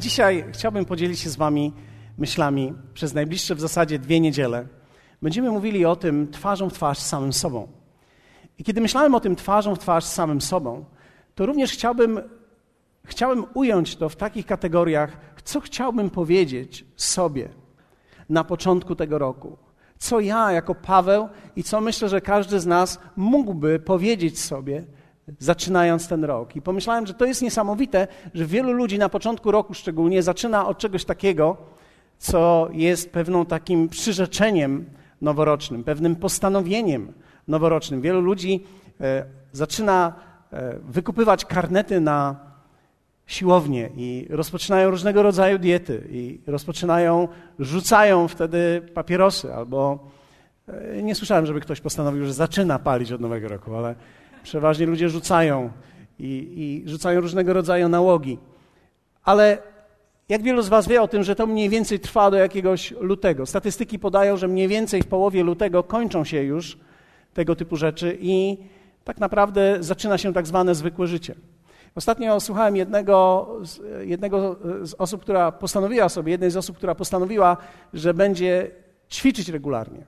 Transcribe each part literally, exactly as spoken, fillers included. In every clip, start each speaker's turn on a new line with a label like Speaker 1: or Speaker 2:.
Speaker 1: Dzisiaj chciałbym podzielić się z wami myślami przez najbliższe w zasadzie dwie niedziele. Będziemy mówili o tym twarzą w twarz z samym sobą. I kiedy myślałem o tym twarzą w twarz z samym sobą, to również chciałbym, chciałem ująć to w takich kategoriach, co chciałbym powiedzieć sobie na początku tego roku. Co ja jako Paweł i co myślę, że każdy z nas mógłby powiedzieć sobie, zaczynając ten rok. I pomyślałem, że to jest niesamowite, że wielu ludzi na początku roku szczególnie zaczyna od czegoś takiego, co jest pewną takim przyrzeczeniem noworocznym, pewnym postanowieniem noworocznym. Wielu ludzi e, zaczyna e, wykupywać karnety na siłownię i rozpoczynają różnego rodzaju diety i rozpoczynają, rzucają wtedy papierosy albo e, nie słyszałem, żeby ktoś postanowił, że zaczyna palić od nowego roku, ale przeważnie ludzie rzucają i, i rzucają różnego rodzaju nałogi. Ale jak wielu z was wie o tym, że to mniej więcej trwa do jakiegoś lutego. Statystyki podają, że mniej więcej w połowie lutego kończą się już tego typu rzeczy i tak naprawdę zaczyna się tak zwane zwykłe życie. Ostatnio słuchałem jednego, jednego z osób, która postanowiła sobie, jednej z osób, która postanowiła, że będzie ćwiczyć regularnie.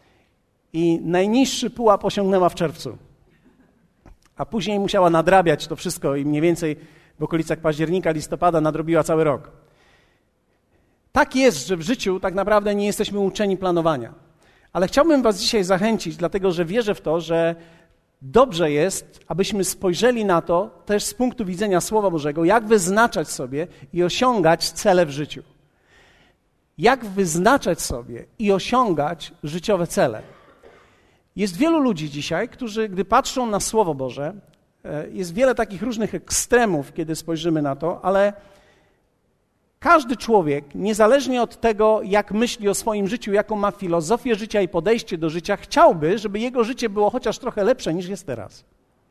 Speaker 1: I najniższy pułap osiągnęła w czerwcu. A później musiała nadrabiać to wszystko i mniej więcej w okolicach października, listopada nadrobiła cały rok. Tak jest, że w życiu tak naprawdę nie jesteśmy uczeni planowania. Ale chciałbym was dzisiaj zachęcić, dlatego że wierzę w to, że dobrze jest, abyśmy spojrzeli na to też z punktu widzenia Słowa Bożego, jak wyznaczać sobie i osiągać cele w życiu. Jak wyznaczać sobie i osiągać życiowe cele. Jest wielu ludzi dzisiaj, którzy, gdy patrzą na Słowo Boże, jest wiele takich różnych ekstremów, kiedy spojrzymy na to, ale każdy człowiek, niezależnie od tego, jak myśli o swoim życiu, jaką ma filozofię życia i podejście do życia, chciałby, żeby jego życie było chociaż trochę lepsze niż jest teraz.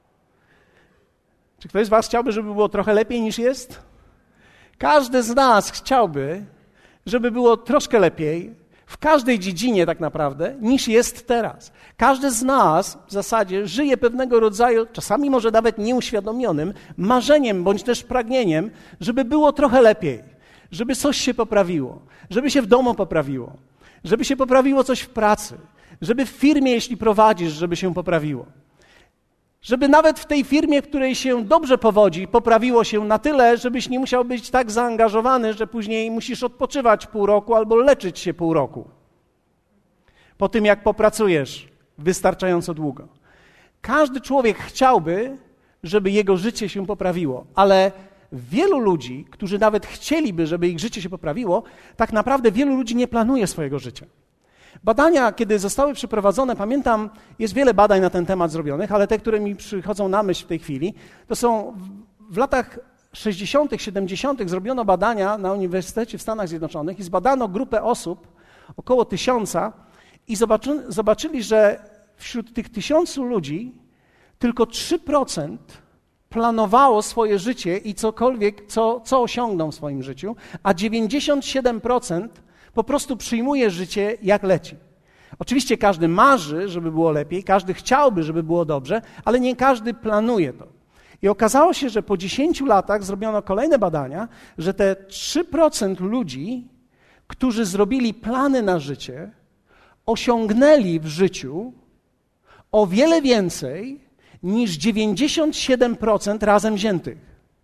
Speaker 1: Czy ktoś z was chciałby, żeby było trochę lepiej niż jest? Każdy z nas chciałby, żeby było troszkę lepiej, w każdej dziedzinie tak naprawdę, niż jest teraz. Każdy z nas w zasadzie żyje pewnego rodzaju, czasami może nawet nieuświadomionym, marzeniem bądź też pragnieniem, żeby było trochę lepiej, żeby coś się poprawiło, żeby się w domu poprawiło, żeby się poprawiło coś w pracy, żeby w firmie, jeśli prowadzisz, żeby się poprawiło. Żeby nawet w tej firmie, w której się dobrze powodzi, poprawiło się na tyle, żebyś nie musiał być tak zaangażowany, że później musisz odpoczywać pół roku albo leczyć się pół roku. Po tym, jak popracujesz wystarczająco długo. Każdy człowiek chciałby, żeby jego życie się poprawiło, ale wielu ludzi, którzy nawet chcieliby, żeby ich życie się poprawiło, tak naprawdę wielu ludzi nie planuje swojego życia. Badania, kiedy zostały przeprowadzone, pamiętam, jest wiele badań na ten temat zrobionych, ale te, które mi przychodzą na myśl w tej chwili, to są w latach sześćdziesiątych, siedemdziesiątych zrobiono badania na Uniwersytecie w Stanach Zjednoczonych i zbadano grupę osób, około tysiąca, i zobaczy, zobaczyli, że wśród tych tysiącu ludzi tylko trzy procent planowało swoje życie i cokolwiek, co, co osiągną w swoim życiu, a dziewięćdziesiąt siedem procent po prostu przyjmuje życie jak leci. Oczywiście każdy marzy, żeby było lepiej, każdy chciałby, żeby było dobrze, ale nie każdy planuje to. I okazało się, że po dziesięciu latach zrobiono kolejne badania, że te trzy procent ludzi, którzy zrobili plany na życie, osiągnęli w życiu o wiele więcej niż dziewięćdziesiąt siedem procent razem wziętych.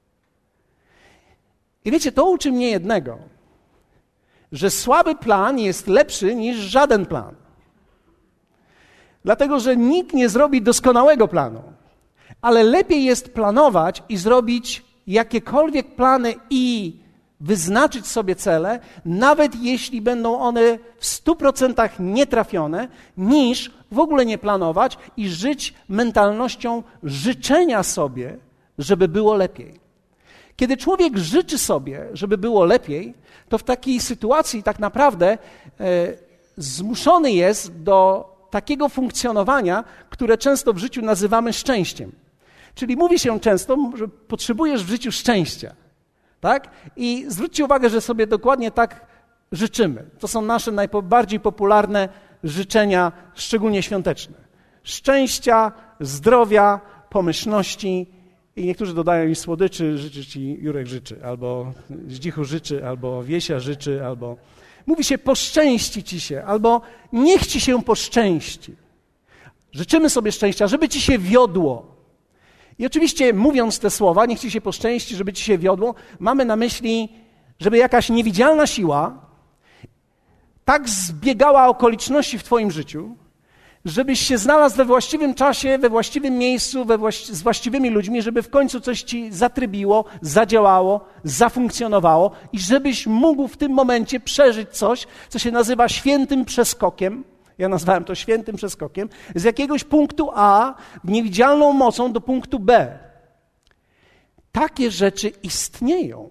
Speaker 1: I wiecie, to uczy mnie jednego, że słaby plan jest lepszy niż żaden plan. Dlatego, że nikt nie zrobi doskonałego planu, ale lepiej jest planować i zrobić jakiekolwiek plany i wyznaczyć sobie cele, nawet jeśli będą one w stu procentach nietrafione, niż w ogóle nie planować i żyć mentalnością życzenia sobie, żeby było lepiej. Kiedy człowiek życzy sobie, żeby było lepiej, to w takiej sytuacji tak naprawdę e, zmuszony jest do takiego funkcjonowania, które często w życiu nazywamy szczęściem. Czyli mówi się często, że potrzebujesz w życiu szczęścia. Tak? I zwróćcie uwagę, że sobie dokładnie tak życzymy. To są nasze najbardziej popularne życzenia, szczególnie świąteczne. Szczęścia, zdrowia, pomyślności I niektórzy dodają i słodyczy, życzy ci Jurek życzy, albo Zdzichu życzy, albo Wiesia życzy, albo mówi się poszczęści ci się, albo niech ci się poszczęści. Życzymy sobie szczęścia, żeby ci się wiodło. I oczywiście mówiąc te słowa, niech ci się poszczęści, żeby ci się wiodło, mamy na myśli, żeby jakaś niewidzialna siła tak zbiegała okoliczności w twoim życiu, żebyś się znalazł we właściwym czasie, we właściwym miejscu, we właści- z właściwymi ludźmi, żeby w końcu coś ci zatrybiło, zadziałało, zafunkcjonowało i żebyś mógł w tym momencie przeżyć coś, co się nazywa świętym przeskokiem. Ja nazwałem to świętym przeskokiem. Z jakiegoś punktu A niewidzialną mocą do punktu B. Takie rzeczy istnieją,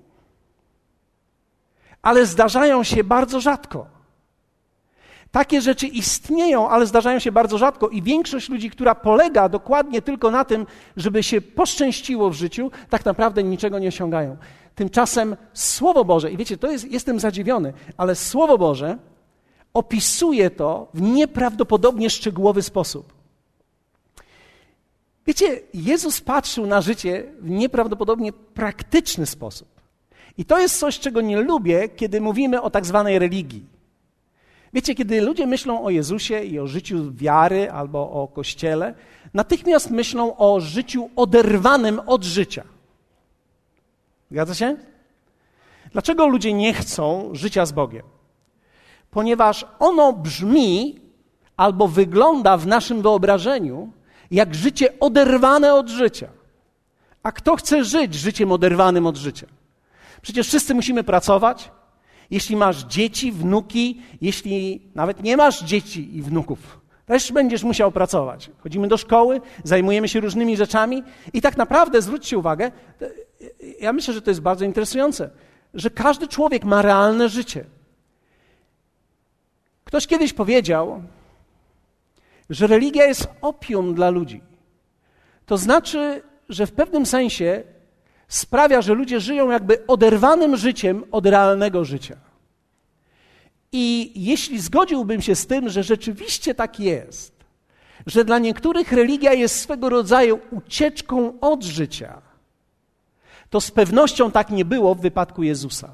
Speaker 1: ale zdarzają się bardzo rzadko. Takie rzeczy istnieją, ale zdarzają się bardzo rzadko i większość ludzi, która polega dokładnie tylko na tym, żeby się poszczęściło w życiu, tak naprawdę niczego nie osiągają. Tymczasem Słowo Boże, i wiecie, to jest, jestem zadziwiony, ale Słowo Boże opisuje to w nieprawdopodobnie szczegółowy sposób. Wiecie, Jezus patrzył na życie w nieprawdopodobnie praktyczny sposób. I to jest coś, czego nie lubię, kiedy mówimy o tak zwanej religii. Wiecie, kiedy ludzie myślą o Jezusie i o życiu wiary albo o Kościele, natychmiast myślą o życiu oderwanym od życia. Zgadza się? Dlaczego ludzie nie chcą życia z Bogiem? Ponieważ ono brzmi albo wygląda w naszym wyobrażeniu jak życie oderwane od życia. A kto chce żyć życiem oderwanym od życia? Przecież wszyscy musimy pracować. Jeśli masz dzieci, wnuki, jeśli nawet nie masz dzieci i wnuków, też będziesz musiał pracować. Chodzimy do szkoły, zajmujemy się różnymi rzeczami i tak naprawdę, zwróćcie uwagę, ja myślę, że to jest bardzo interesujące, że każdy człowiek ma realne życie. Ktoś kiedyś powiedział, że religia jest opium dla ludzi. To znaczy, że w pewnym sensie sprawia, że ludzie żyją jakby oderwanym życiem od realnego życia. I jeśli zgodziłbym się z tym, że rzeczywiście tak jest, że dla niektórych religia jest swego rodzaju ucieczką od życia, to z pewnością tak nie było w wypadku Jezusa.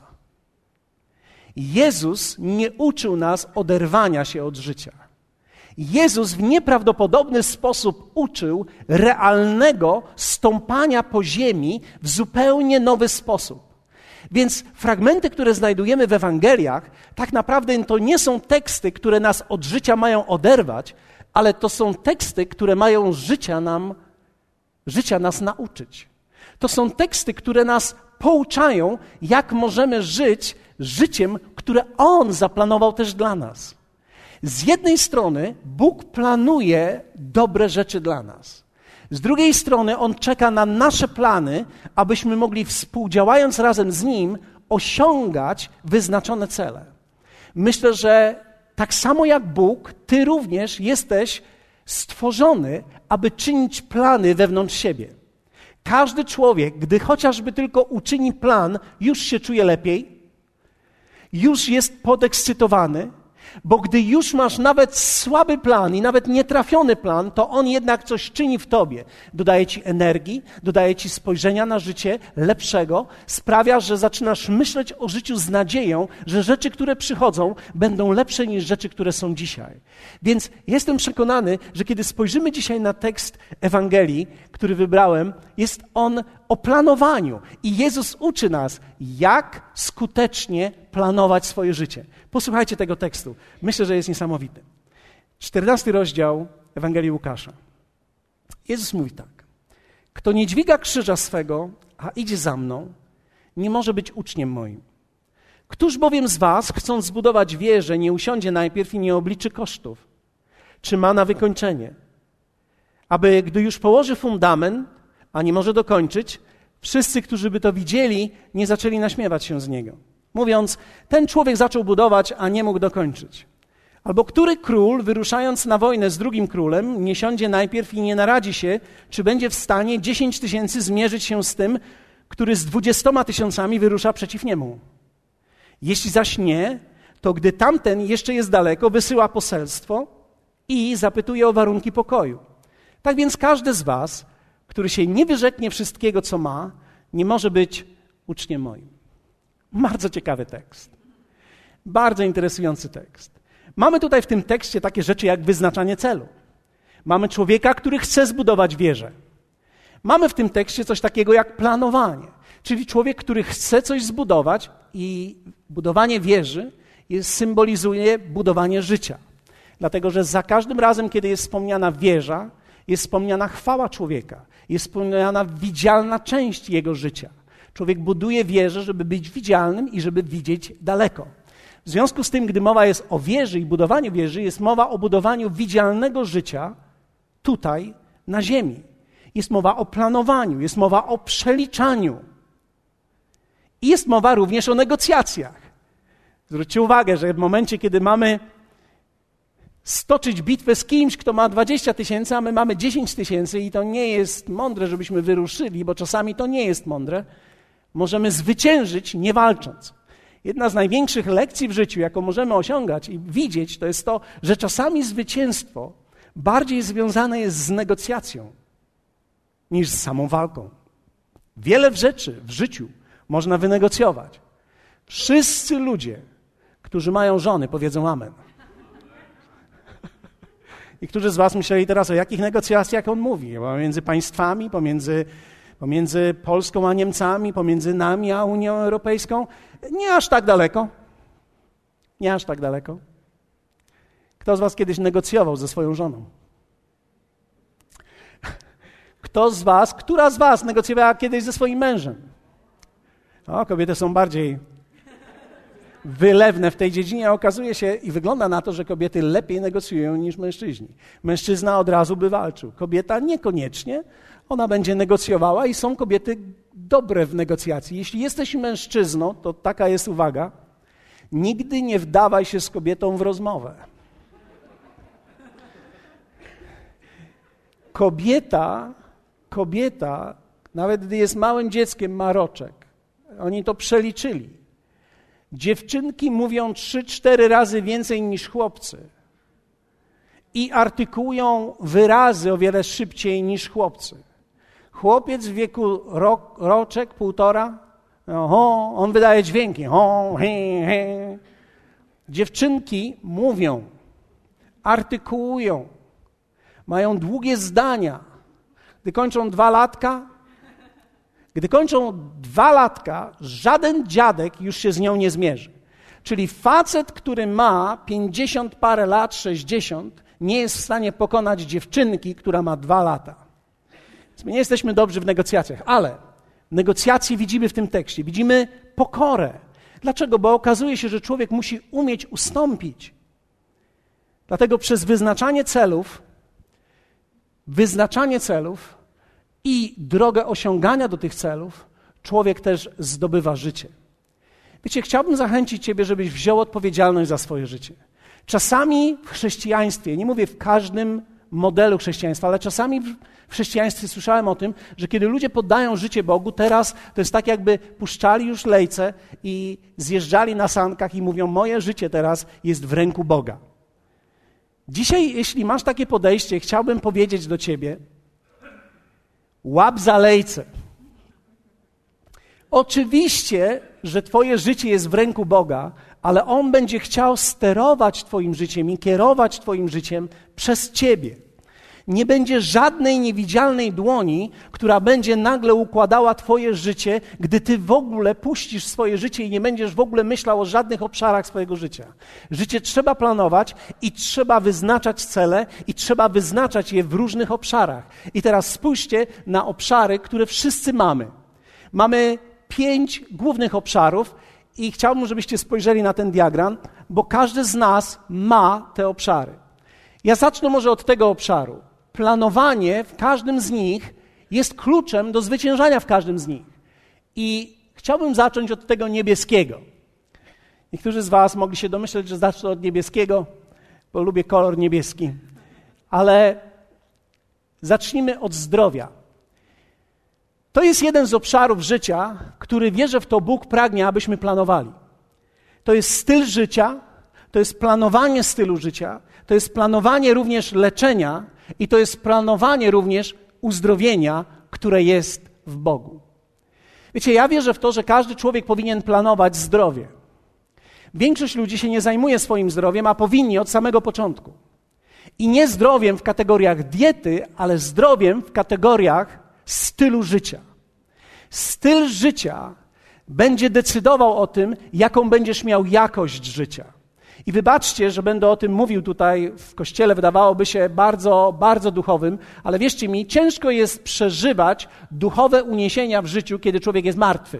Speaker 1: Jezus nie uczył nas oderwania się od życia. Jezus w nieprawdopodobny sposób uczył realnego stąpania po ziemi w zupełnie nowy sposób. Więc fragmenty, które znajdujemy w Ewangeliach, tak naprawdę to nie są teksty, które nas od życia mają oderwać, ale to są teksty, które mają życia nam, życia nas nauczyć. To są teksty, które nas pouczają, jak możemy żyć życiem, które On zaplanował też dla nas. Z jednej strony Bóg planuje dobre rzeczy dla nas. Z drugiej strony On czeka na nasze plany, abyśmy mogli współdziałając razem z Nim osiągać wyznaczone cele. Myślę, że tak samo jak Bóg, Ty również jesteś stworzony, aby czynić plany wewnątrz siebie. Każdy człowiek, gdy chociażby tylko uczyni plan, już się czuje lepiej, już jest podekscytowany, bo gdy już masz nawet słaby plan i nawet nietrafiony plan, to on jednak coś czyni w tobie. Dodaje ci energii, dodaje ci spojrzenia na życie lepszego, sprawia, że zaczynasz myśleć o życiu z nadzieją, że rzeczy, które przychodzą, będą lepsze niż rzeczy, które są dzisiaj. Więc jestem przekonany, że kiedy spojrzymy dzisiaj na tekst Ewangelii, który wybrałem, jest on o planowaniu. I Jezus uczy nas, jak skutecznie planować swoje życie. Posłuchajcie tego tekstu. Myślę, że jest niesamowity. czternasty rozdział Ewangelii Łukasza. Jezus mówi tak. Kto nie dźwiga krzyża swego, a idzie za mną, nie może być uczniem moim. Któż bowiem z was, chcąc zbudować wieżę, nie usiądzie najpierw i nie obliczy kosztów? Czy ma na wykończenie? Aby gdy już położy fundament, a nie może dokończyć, wszyscy, którzy by to widzieli, nie zaczęli naśmiewać się z niego. Mówiąc, ten człowiek zaczął budować, a nie mógł dokończyć. Albo który król, wyruszając na wojnę z drugim królem, nie siądzie najpierw i nie naradzi się, czy będzie w stanie dziesięć tysięcy zmierzyć się z tym, który z dwudziestoma tysiącami wyrusza przeciw niemu. Jeśli zaś nie, to gdy tamten jeszcze jest daleko, wysyła poselstwo i zapytuje o warunki pokoju. Tak więc każdy z was, który się nie wyrzeknie wszystkiego, co ma, nie może być uczniem moim. Bardzo ciekawy tekst. Bardzo interesujący tekst. Mamy tutaj w tym tekście takie rzeczy jak wyznaczanie celu. Mamy człowieka, który chce zbudować wieżę. Mamy w tym tekście coś takiego jak planowanie, czyli człowiek, który chce coś zbudować i budowanie wieży jest, symbolizuje budowanie życia. Dlatego, że za każdym razem, kiedy jest wspomniana wieża, jest wspomniana chwała człowieka, jest wspomniana widzialna część jego życia. Człowiek buduje wieżę, żeby być widzialnym i żeby widzieć daleko. W związku z tym, gdy mowa jest o wieży i budowaniu wieży, jest mowa o budowaniu widzialnego życia tutaj, na ziemi. Jest mowa o planowaniu, jest mowa o przeliczaniu. I jest mowa również o negocjacjach. Zwróćcie uwagę, że w momencie, kiedy mamy stoczyć bitwę z kimś, kto ma dwadzieścia tysięcy, a my mamy dziesięć tysięcy i to nie jest mądre, żebyśmy wyruszyli, bo czasami to nie jest mądre, możemy zwyciężyć nie walcząc. Jedna z największych lekcji w życiu, jaką możemy osiągać i widzieć, to jest to, że czasami zwycięstwo bardziej związane jest z negocjacją niż z samą walką. Wiele rzeczy w życiu można wynegocjować. Wszyscy ludzie, którzy mają żony, powiedzą amen. I którzy z was myśleli teraz, o jakich negocjacjach on mówi? Pomiędzy państwami, pomiędzy, pomiędzy Polską a Niemcami, pomiędzy nami a Unią Europejską. Nie aż tak daleko. Nie aż tak daleko. Kto z was kiedyś negocjował ze swoją żoną? Kto z was, która z was negocjowała kiedyś ze swoim mężem? O, kobiety są bardziej wylewne w tej dziedzinie, a okazuje się i wygląda na to, że kobiety lepiej negocjują niż mężczyźni. Mężczyzna od razu by walczył. Kobieta niekoniecznie. Ona będzie negocjowała i są kobiety dobre w negocjacji. Jeśli jesteś mężczyzną, to taka jest uwaga, nigdy nie wdawaj się z kobietą w rozmowę. Kobieta, kobieta, nawet gdy jest małym dzieckiem, ma roczek. Oni to przeliczyli. Dziewczynki mówią trzy, cztery razy więcej niż chłopcy i artykułują wyrazy o wiele szybciej niż chłopcy. Chłopiec w wieku rok, roczek, półtora, oho, on wydaje dźwięki. Ho, he, he. Dziewczynki mówią, artykułują, mają długie zdania. Gdy kończą dwa latka, gdy kończą dwa latka, żaden dziadek już się z nią nie zmierzy. Czyli facet, który ma pięćdziesiąt parę lat, sześćdziesiąt, nie jest w stanie pokonać dziewczynki, która ma dwa lata. Więc my nie jesteśmy dobrzy w negocjacjach, ale negocjacje widzimy w tym tekście. Widzimy pokorę. Dlaczego? Bo okazuje się, że człowiek musi umieć ustąpić. Dlatego przez wyznaczanie celów, wyznaczanie celów i drogę osiągania do tych celów, człowiek też zdobywa życie. Wiecie, chciałbym zachęcić ciebie, żebyś wziął odpowiedzialność za swoje życie. Czasami w chrześcijaństwie, nie mówię w każdym modelu chrześcijaństwa, ale czasami w chrześcijaństwie słyszałem o tym, że kiedy ludzie poddają życie Bogu, teraz to jest tak, jakby puszczali już lejce i zjeżdżali na sankach i mówią, moje życie teraz jest w ręku Boga. Dzisiaj, jeśli masz takie podejście, chciałbym powiedzieć do ciebie, łap za lejce. Oczywiście, że twoje życie jest w ręku Boga, ale On będzie chciał sterować twoim życiem i kierować twoim życiem przez ciebie. Nie będzie żadnej niewidzialnej dłoni, która będzie nagle układała twoje życie, gdy ty w ogóle puścisz swoje życie i nie będziesz w ogóle myślał o żadnych obszarach swojego życia. Życie trzeba planować i trzeba wyznaczać cele i trzeba wyznaczać je w różnych obszarach. I teraz spójrzcie na obszary, które wszyscy mamy. Mamy pięć głównych obszarów i chciałbym, żebyście spojrzeli na ten diagram, bo każdy z nas ma te obszary. Ja zacznę może od tego obszaru. Planowanie w każdym z nich jest kluczem do zwyciężania w każdym z nich. I chciałbym zacząć od tego niebieskiego. Niektórzy z was mogli się domyśleć, że zacznę od niebieskiego, bo lubię kolor niebieski. Ale zacznijmy od zdrowia. To jest jeden z obszarów życia, który wierzę w to Bóg pragnie, abyśmy planowali. To jest styl życia, to jest planowanie stylu życia, to jest planowanie również leczenia i to jest planowanie również uzdrowienia które jest w Bogu. Wiecie, ja wierzę w to, że każdy człowiek powinien planować zdrowie. Większość ludzi się nie zajmuje swoim zdrowiem, a powinni od samego początku. I nie zdrowiem w kategoriach diety, ale zdrowiem w kategoriach stylu życia. Styl życia będzie decydował o tym, jaką będziesz miał jakość życia. I wybaczcie, że będę o tym mówił tutaj w kościele, wydawałoby się bardzo, bardzo duchowym, ale wierzcie mi, ciężko jest przeżywać duchowe uniesienia w życiu, kiedy człowiek jest martwy.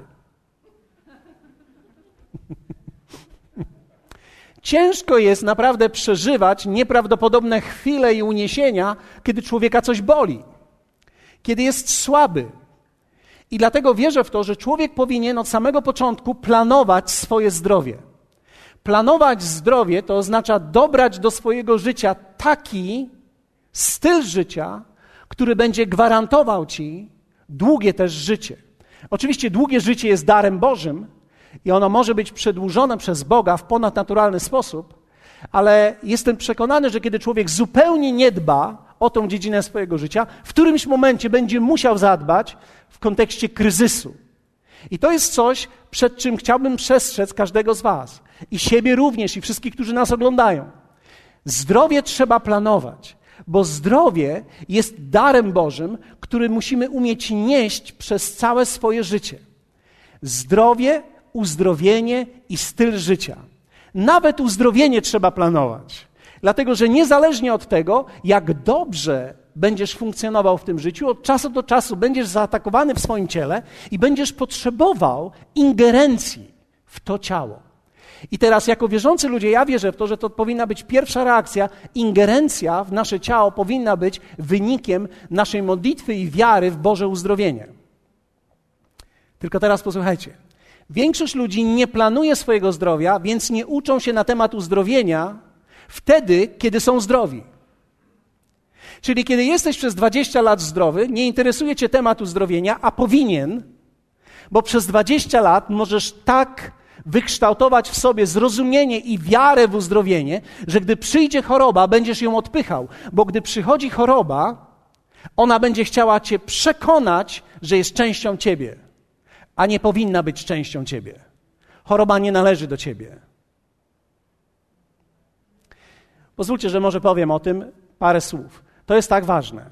Speaker 1: Ciężko jest naprawdę przeżywać nieprawdopodobne chwile i uniesienia, kiedy człowieka coś boli, kiedy jest słaby. I dlatego wierzę w to, że człowiek powinien od samego początku planować swoje zdrowie. Planować zdrowie to oznacza dobrać do swojego życia taki styl życia, który będzie gwarantował ci długie też życie. Oczywiście długie życie jest darem Bożym i ono może być przedłużone przez Boga w ponadnaturalny sposób, ale jestem przekonany, że kiedy człowiek zupełnie nie dba o tą dziedzinę swojego życia, w którymś momencie będzie musiał zadbać w kontekście kryzysu. I to jest coś, przed czym chciałbym przestrzec każdego z was. I siebie również, i wszystkich, którzy nas oglądają. Zdrowie trzeba planować, bo zdrowie jest darem Bożym, który musimy umieć nieść przez całe swoje życie. Zdrowie, uzdrowienie i styl życia. Nawet uzdrowienie trzeba planować, dlatego że niezależnie od tego, jak dobrze będziesz funkcjonował w tym życiu, od czasu do czasu będziesz zaatakowany w swoim ciele i będziesz potrzebował ingerencji w to ciało. I teraz jako wierzący ludzie, ja wierzę w to, że to powinna być pierwsza reakcja. Ingerencja w nasze ciało powinna być wynikiem naszej modlitwy i wiary w Boże uzdrowienie. Tylko teraz posłuchajcie. Większość ludzi nie planuje swojego zdrowia, więc nie uczą się na temat uzdrowienia wtedy, kiedy są zdrowi. Czyli kiedy jesteś przez dwadzieścia lat zdrowy, nie interesuje cię temat uzdrowienia, a powinien, bo przez dwadzieścia lat możesz tak wykształtować w sobie zrozumienie i wiarę w uzdrowienie, że gdy przyjdzie choroba, będziesz ją odpychał, bo gdy przychodzi choroba, ona będzie chciała cię przekonać, że jest częścią ciebie, a nie powinna być częścią ciebie. Choroba nie należy do ciebie. Pozwólcie, że może powiem o tym parę słów. To jest tak ważne.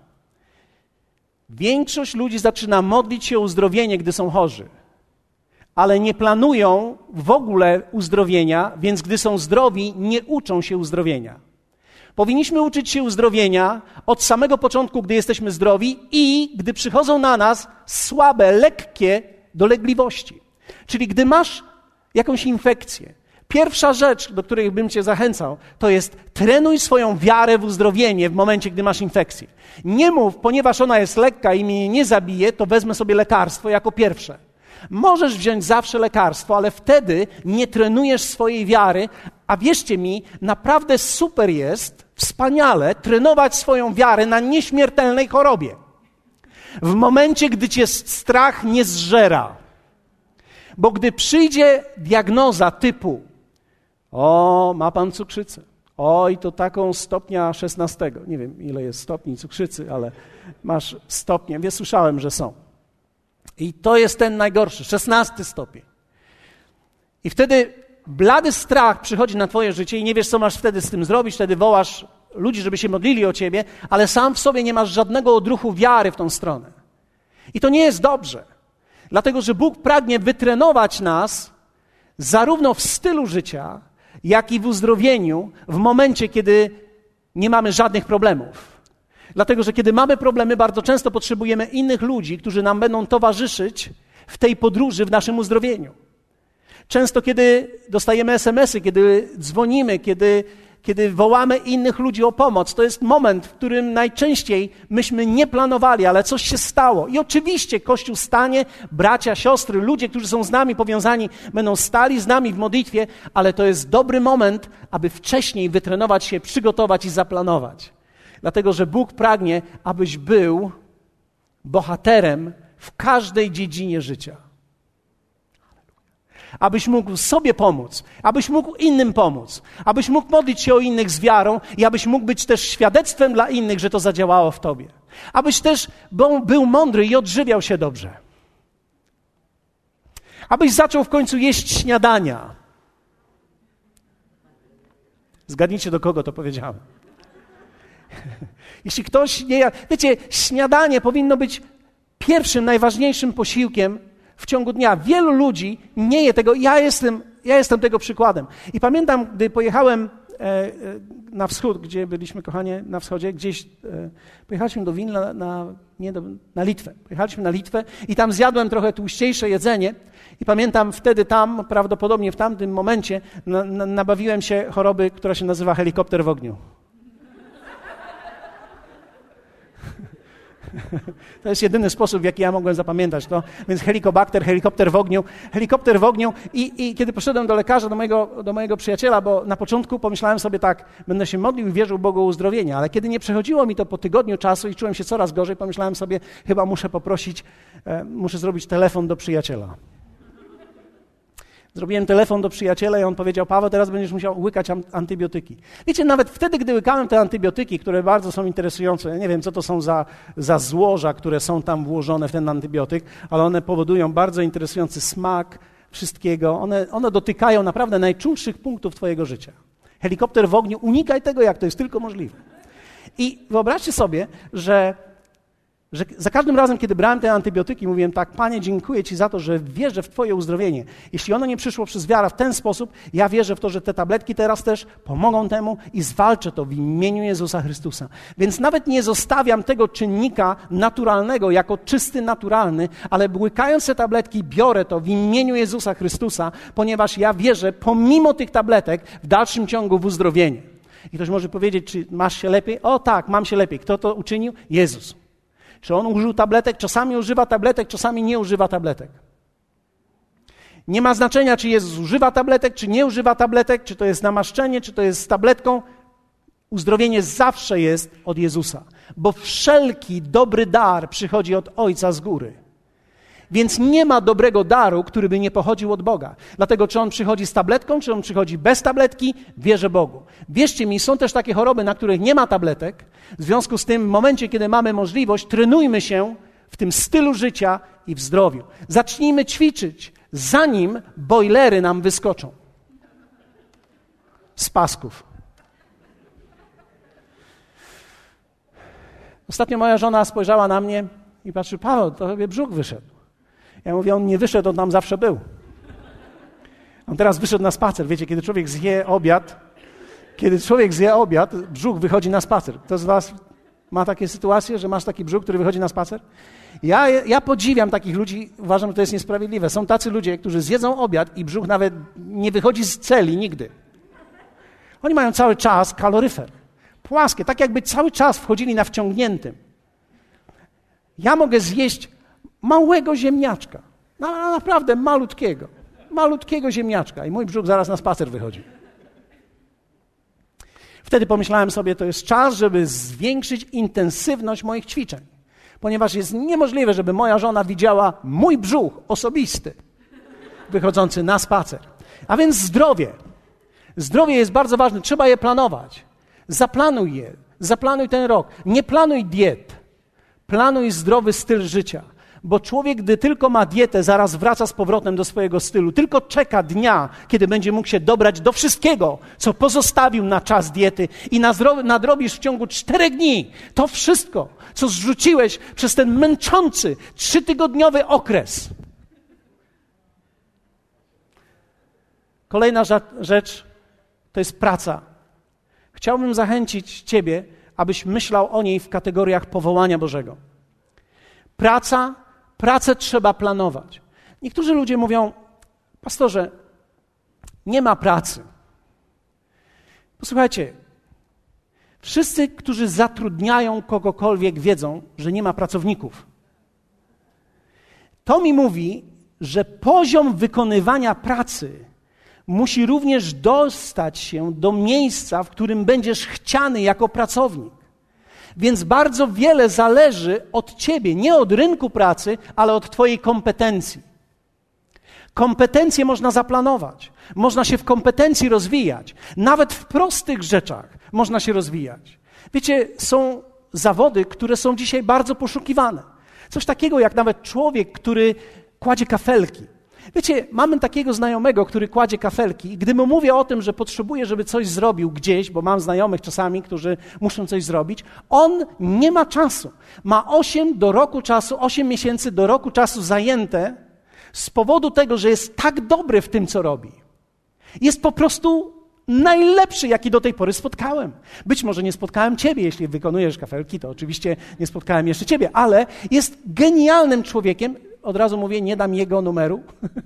Speaker 1: Większość ludzi zaczyna modlić się o uzdrowienie, gdy są chorzy, ale nie planują w ogóle uzdrowienia, więc gdy są zdrowi, nie uczą się uzdrowienia. Powinniśmy uczyć się uzdrowienia od samego początku, gdy jesteśmy zdrowi i gdy przychodzą na nas słabe, lekkie dolegliwości. Czyli gdy masz jakąś infekcję, pierwsza rzecz, do której bym cię zachęcał, to jest trenuj swoją wiarę w uzdrowienie w momencie, gdy masz infekcję. Nie mów, ponieważ ona jest lekka i mnie nie zabije, to wezmę sobie lekarstwo jako pierwsze. Możesz wziąć zawsze lekarstwo, ale wtedy nie trenujesz swojej wiary, a wierzcie mi, naprawdę super jest, wspaniale trenować swoją wiarę na nieśmiertelnej chorobie. W momencie, gdy cię strach nie zżera. Bo gdy przyjdzie diagnoza typu o, ma pan cukrzycę, o i to taką stopnia szesnastego, nie wiem ile jest stopni cukrzycy, ale masz stopnie, wie, słyszałem, że są. I to jest ten najgorszy, szesnasty stopień. I wtedy blady strach przychodzi na twoje życie i nie wiesz, co masz wtedy z tym zrobić, wtedy wołasz ludzi, żeby się modlili o ciebie, ale sam w sobie nie masz żadnego odruchu wiary w tą stronę. I to nie jest dobrze, dlatego że Bóg pragnie wytrenować nas zarówno w stylu życia, jak i w uzdrowieniu w momencie, kiedy nie mamy żadnych problemów. Dlatego, że kiedy mamy problemy, bardzo często potrzebujemy innych ludzi, którzy nam będą towarzyszyć w tej podróży, w naszym uzdrowieniu. Często, kiedy dostajemy es em esy, kiedy dzwonimy, kiedy, kiedy wołamy innych ludzi o pomoc, to jest moment, w którym najczęściej myśmy nie planowali, ale coś się stało. I oczywiście Kościół stanie, bracia, siostry, ludzie, którzy są z nami powiązani, będą stali z nami w modlitwie, ale to jest dobry moment, aby wcześniej wytrenować się, przygotować i zaplanować. Dlatego, że Bóg pragnie, abyś był bohaterem w każdej dziedzinie życia. Abyś mógł sobie pomóc, abyś mógł innym pomóc, abyś mógł modlić się o innych z wiarą i abyś mógł być też świadectwem dla innych, że to zadziałało w tobie. Abyś też był mądry i odżywiał się dobrze. Abyś zaczął w końcu jeść śniadania. Zgadnijcie, do kogo to powiedziałem. Jeśli ktoś nie jadł... Wiecie, śniadanie powinno być pierwszym, najważniejszym posiłkiem w ciągu dnia. Wielu ludzi nie je tego. Ja jestem, ja jestem tego przykładem. I pamiętam, gdy pojechałem e, e, na wschód, gdzie byliśmy, kochanie, na wschodzie, gdzieś e, pojechaliśmy do Wilna, na, nie do, na Litwę. Pojechaliśmy na Litwę i tam zjadłem trochę tłuściejsze jedzenie. I pamiętam wtedy tam, prawdopodobnie w tamtym momencie, na, na, nabawiłem się choroby, która się nazywa helikopter w ogniu. To jest jedyny sposób, w jaki ja mogłem zapamiętać to. Więc helikobakter, helikopter w ogniu, helikopter w ogniu. I, i kiedy poszedłem do lekarza, do mojego, do mojego przyjaciela, bo na początku pomyślałem sobie tak, będę się modlił i wierzył Bogu o uzdrowienie, ale kiedy nie przechodziło mi to po tygodniu czasu i czułem się coraz gorzej, pomyślałem sobie, chyba muszę poprosić, e, muszę zrobić telefon do przyjaciela. Zrobiłem telefon do przyjaciela i on powiedział, Paweł, teraz będziesz musiał łykać antybiotyki. Wiecie, nawet wtedy, gdy łykałem te antybiotyki, które bardzo są interesujące, ja nie wiem, co to są za, za złoża, które są tam włożone w ten antybiotyk, ale one powodują bardzo interesujący smak wszystkiego. One, one dotykają naprawdę najczulszych punktów twojego życia. Helikopter w ogniu, unikaj tego, jak to jest tylko możliwe. I wyobraźcie sobie, że Że za każdym razem, kiedy brałem te antybiotyki, mówiłem tak, Panie, dziękuję Ci za to, że wierzę w Twoje uzdrowienie. Jeśli ono nie przyszło przez wiarę w ten sposób, ja wierzę w to, że te tabletki teraz też pomogą temu i zwalczę to w imieniu Jezusa Chrystusa. Więc nawet nie zostawiam tego czynnika naturalnego jako czysty naturalny, ale łykając te tabletki biorę to w imieniu Jezusa Chrystusa, ponieważ ja wierzę pomimo tych tabletek w dalszym ciągu w uzdrowienie. I ktoś może powiedzieć, czy masz się lepiej? O tak, mam się lepiej. Kto to uczynił? Jezus. Czy On użył tabletek? Czasami używa tabletek, czasami nie używa tabletek. Nie ma znaczenia, czy Jezus używa tabletek, czy nie używa tabletek, czy to jest namaszczenie, czy to jest z tabletką. Uzdrowienie zawsze jest od Jezusa, bo wszelki dobry dar przychodzi od Ojca z góry. Więc nie ma dobrego daru, który by nie pochodził od Boga. Dlatego, czy on przychodzi z tabletką, czy on przychodzi bez tabletki, wierzę Bogu. Wierzcie mi, są też takie choroby, na których nie ma tabletek. W związku z tym, w momencie, kiedy mamy możliwość, trenujmy się w tym stylu życia i w zdrowiu. Zacznijmy ćwiczyć, zanim bojlery nam wyskoczą z pasków. Ostatnio moja żona spojrzała na mnie i patrzy, Paweł, to tobie brzuch wyszedł. Ja mówię, on nie wyszedł, on tam zawsze był. On teraz wyszedł na spacer. Wiecie, kiedy człowiek zje obiad, kiedy człowiek zje obiad, brzuch wychodzi na spacer. Kto z was ma takie sytuacje, że masz taki brzuch, który wychodzi na spacer? Ja, ja podziwiam takich ludzi, uważam, że to jest niesprawiedliwe. Są tacy ludzie, którzy zjedzą obiad i brzuch nawet nie wychodzi z celi nigdy. Oni mają cały czas kaloryfer. Płaskie, tak jakby cały czas wchodzili na wciągniętym. Ja mogę zjeść małego ziemniaczka, no, naprawdę malutkiego, malutkiego ziemniaczka i mój brzuch zaraz na spacer wychodzi. Wtedy pomyślałem sobie, to jest czas, żeby zwiększyć intensywność moich ćwiczeń, ponieważ jest niemożliwe, żeby moja żona widziała mój brzuch osobisty, wychodzący na spacer. A więc zdrowie. Zdrowie jest bardzo ważne, trzeba je planować. Zaplanuj je, zaplanuj ten rok. Nie planuj diet, planuj zdrowy styl życia. Bo człowiek, gdy tylko ma dietę, zaraz wraca z powrotem do swojego stylu. Tylko czeka dnia, kiedy będzie mógł się dobrać do wszystkiego, co pozostawił na czas diety i nadrobisz w ciągu czterech dni to wszystko, co zrzuciłeś przez ten męczący, trzytygodniowy okres. Kolejna rzecz to jest praca. Chciałbym zachęcić Ciebie, abyś myślał o niej w kategoriach powołania Bożego. Praca, pracę trzeba planować. Niektórzy ludzie mówią, pastorze, nie ma pracy. Posłuchajcie, wszyscy, którzy zatrudniają kogokolwiek, wiedzą, że nie ma pracowników. To mi mówi, że poziom wykonywania pracy musi również dostać się do miejsca, w którym będziesz chciany jako pracownik. Więc bardzo wiele zależy od ciebie, nie od rynku pracy, ale od twojej kompetencji. Kompetencje można zaplanować, można się w kompetencji rozwijać. Nawet w prostych rzeczach można się rozwijać. Wiecie, są, zawody, które są dzisiaj bardzo poszukiwane. Coś takiego jak nawet człowiek, który kładzie kafelki. Wiecie, mamy takiego znajomego, który kładzie kafelki i gdy mu mówię o tym, że potrzebuje, żeby coś zrobił gdzieś, bo mam znajomych czasami, którzy muszą coś zrobić, on nie ma czasu. Ma osiem do roku czasu, osiem miesięcy do roku czasu zajęte z powodu tego, że jest tak dobry w tym, co robi. Jest po prostu najlepszy, jaki do tej pory spotkałem. Być może nie spotkałem ciebie, jeśli wykonujesz kafelki, to oczywiście nie spotkałem jeszcze ciebie, ale jest genialnym człowiekiem. Od razu mówię, nie dam jego numeru,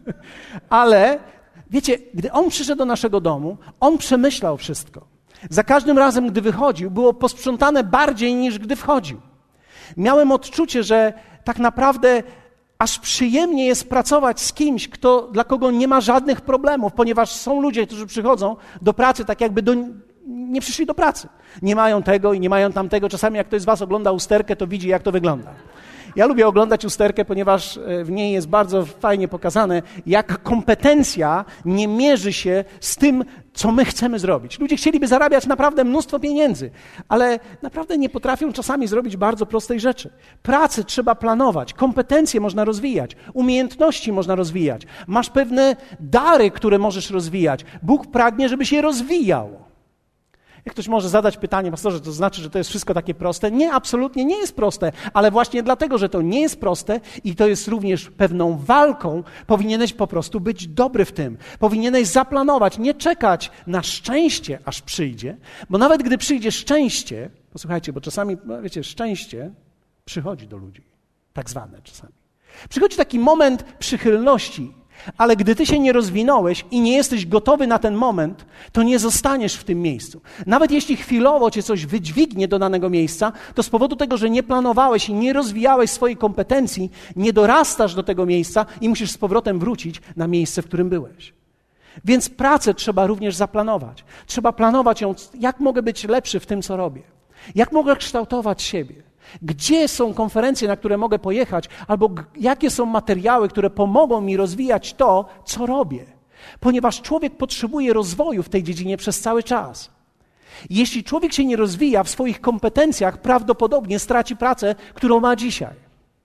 Speaker 1: ale wiecie, gdy on przyszedł do naszego domu, on przemyślał wszystko. Za każdym razem, gdy wychodził, było posprzątane bardziej niż gdy wchodził. Miałem odczucie, że tak naprawdę aż przyjemnie jest pracować z kimś, kto, dla kogo nie ma żadnych problemów, ponieważ są ludzie, którzy przychodzą do pracy tak jakby do, nie przyszli do pracy. Nie mają tego i nie mają tamtego. Czasami jak ktoś z was ogląda usterkę, to widzi, jak to wygląda. Ja lubię oglądać usterkę, ponieważ w niej jest bardzo fajnie pokazane, jak kompetencja nie mierzy się z tym, co my chcemy zrobić. Ludzie chcieliby zarabiać naprawdę mnóstwo pieniędzy, ale naprawdę nie potrafią czasami zrobić bardzo prostej rzeczy. Pracę trzeba planować, kompetencje można rozwijać, umiejętności można rozwijać. Masz pewne dary, które możesz rozwijać. Bóg pragnie, żebyś je rozwijał. Jak ktoś może zadać pytanie, pastorze, to znaczy, że to jest wszystko takie proste? Nie, absolutnie nie jest proste, ale właśnie dlatego, że to nie jest proste i to jest również pewną walką, powinieneś po prostu być dobry w tym. Powinieneś zaplanować, nie czekać na szczęście, aż przyjdzie, bo nawet gdy przyjdzie szczęście, posłuchajcie, bo czasami, wiecie, szczęście przychodzi do ludzi, tak zwane czasami. Przychodzi taki moment przychylności, ale gdy ty się nie rozwinąłeś i nie jesteś gotowy na ten moment, to nie zostaniesz w tym miejscu. Nawet jeśli chwilowo cię coś wydźwignie do danego miejsca, to z powodu tego, że nie planowałeś i nie rozwijałeś swojej kompetencji, nie dorastasz do tego miejsca i musisz z powrotem wrócić na miejsce, w którym byłeś. Więc pracę trzeba również zaplanować. Trzeba planować ją, jak mogę być lepszy w tym, co robię. Jak mogę kształtować siebie. Gdzie są konferencje, na które mogę pojechać, albo g- jakie są materiały, które pomogą mi rozwijać to, co robię. Ponieważ człowiek potrzebuje rozwoju w tej dziedzinie przez cały czas. Jeśli człowiek się nie rozwija w swoich kompetencjach, prawdopodobnie straci pracę, którą ma dzisiaj.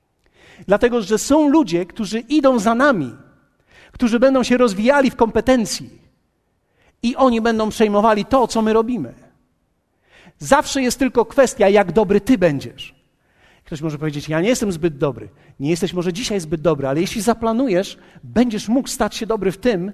Speaker 1: Dlatego, że są ludzie, którzy idą za nami, którzy będą się rozwijali w kompetencji i oni będą przejmowali to, co my robimy. Zawsze jest tylko kwestia, jak dobry ty będziesz. Ktoś może powiedzieć, ja nie jestem zbyt dobry. Nie jesteś może dzisiaj zbyt dobry, ale jeśli zaplanujesz, będziesz mógł stać się dobry w tym,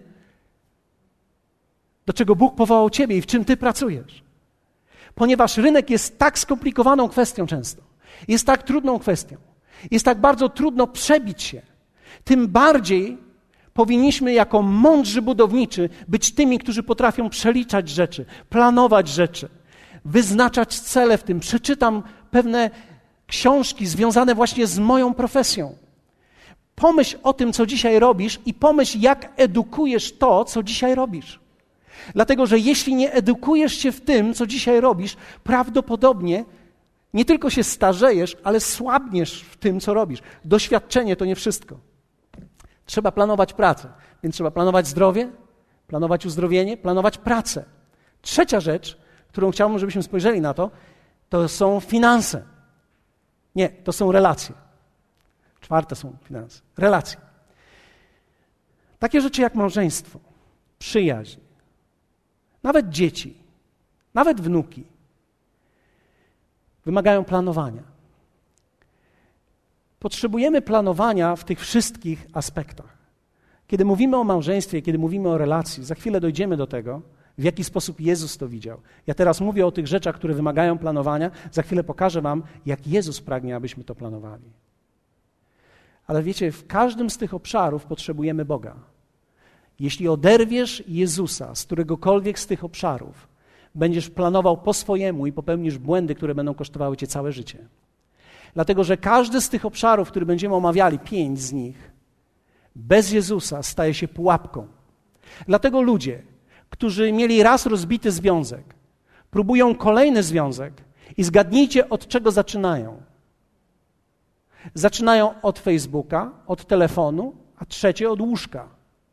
Speaker 1: do czego Bóg powołał ciebie i w czym ty pracujesz. Ponieważ rynek jest tak skomplikowaną kwestią często. Jest tak trudną kwestią. Jest tak bardzo trudno przebić się. Tym bardziej powinniśmy jako mądrzy budowniczy być tymi, którzy potrafią przeliczać rzeczy, planować rzeczy, wyznaczać cele w tym. Przeczytam pewne książki związane właśnie z moją profesją. Pomyśl o tym, co dzisiaj robisz i pomyśl, jak edukujesz to, co dzisiaj robisz. Dlatego, że jeśli nie edukujesz się w tym, co dzisiaj robisz, prawdopodobnie nie tylko się starzejesz, ale słabniesz w tym, co robisz. Doświadczenie to nie wszystko. Trzeba planować pracę, więc trzeba planować zdrowie, planować uzdrowienie, planować pracę. Trzecia rzecz, którą chciałbym, żebyśmy spojrzeli na to, to są finanse. Nie, to są relacje. Czwarte są finanse. Relacje. Takie rzeczy jak małżeństwo, przyjaźń, nawet dzieci, nawet wnuki wymagają planowania. Potrzebujemy planowania w tych wszystkich aspektach. Kiedy mówimy o małżeństwie, kiedy mówimy o relacji, za chwilę dojdziemy do tego, w jaki sposób Jezus to widział. Ja teraz mówię o tych rzeczach, które wymagają planowania. Za chwilę pokażę wam, jak Jezus pragnie, abyśmy to planowali. Ale wiecie, w każdym z tych obszarów potrzebujemy Boga. Jeśli oderwiesz Jezusa z któregokolwiek z tych obszarów, będziesz planował po swojemu i popełnisz błędy, które będą kosztowały cię całe życie. Dlatego, że każdy z tych obszarów, który będziemy omawiali, pięć z nich, bez Jezusa staje się pułapką. Dlatego ludzie, którzy mieli raz rozbity związek, próbują kolejny związek i zgadnijcie, od czego zaczynają. Zaczynają od Facebooka, od telefonu, a trzecie od łóżka.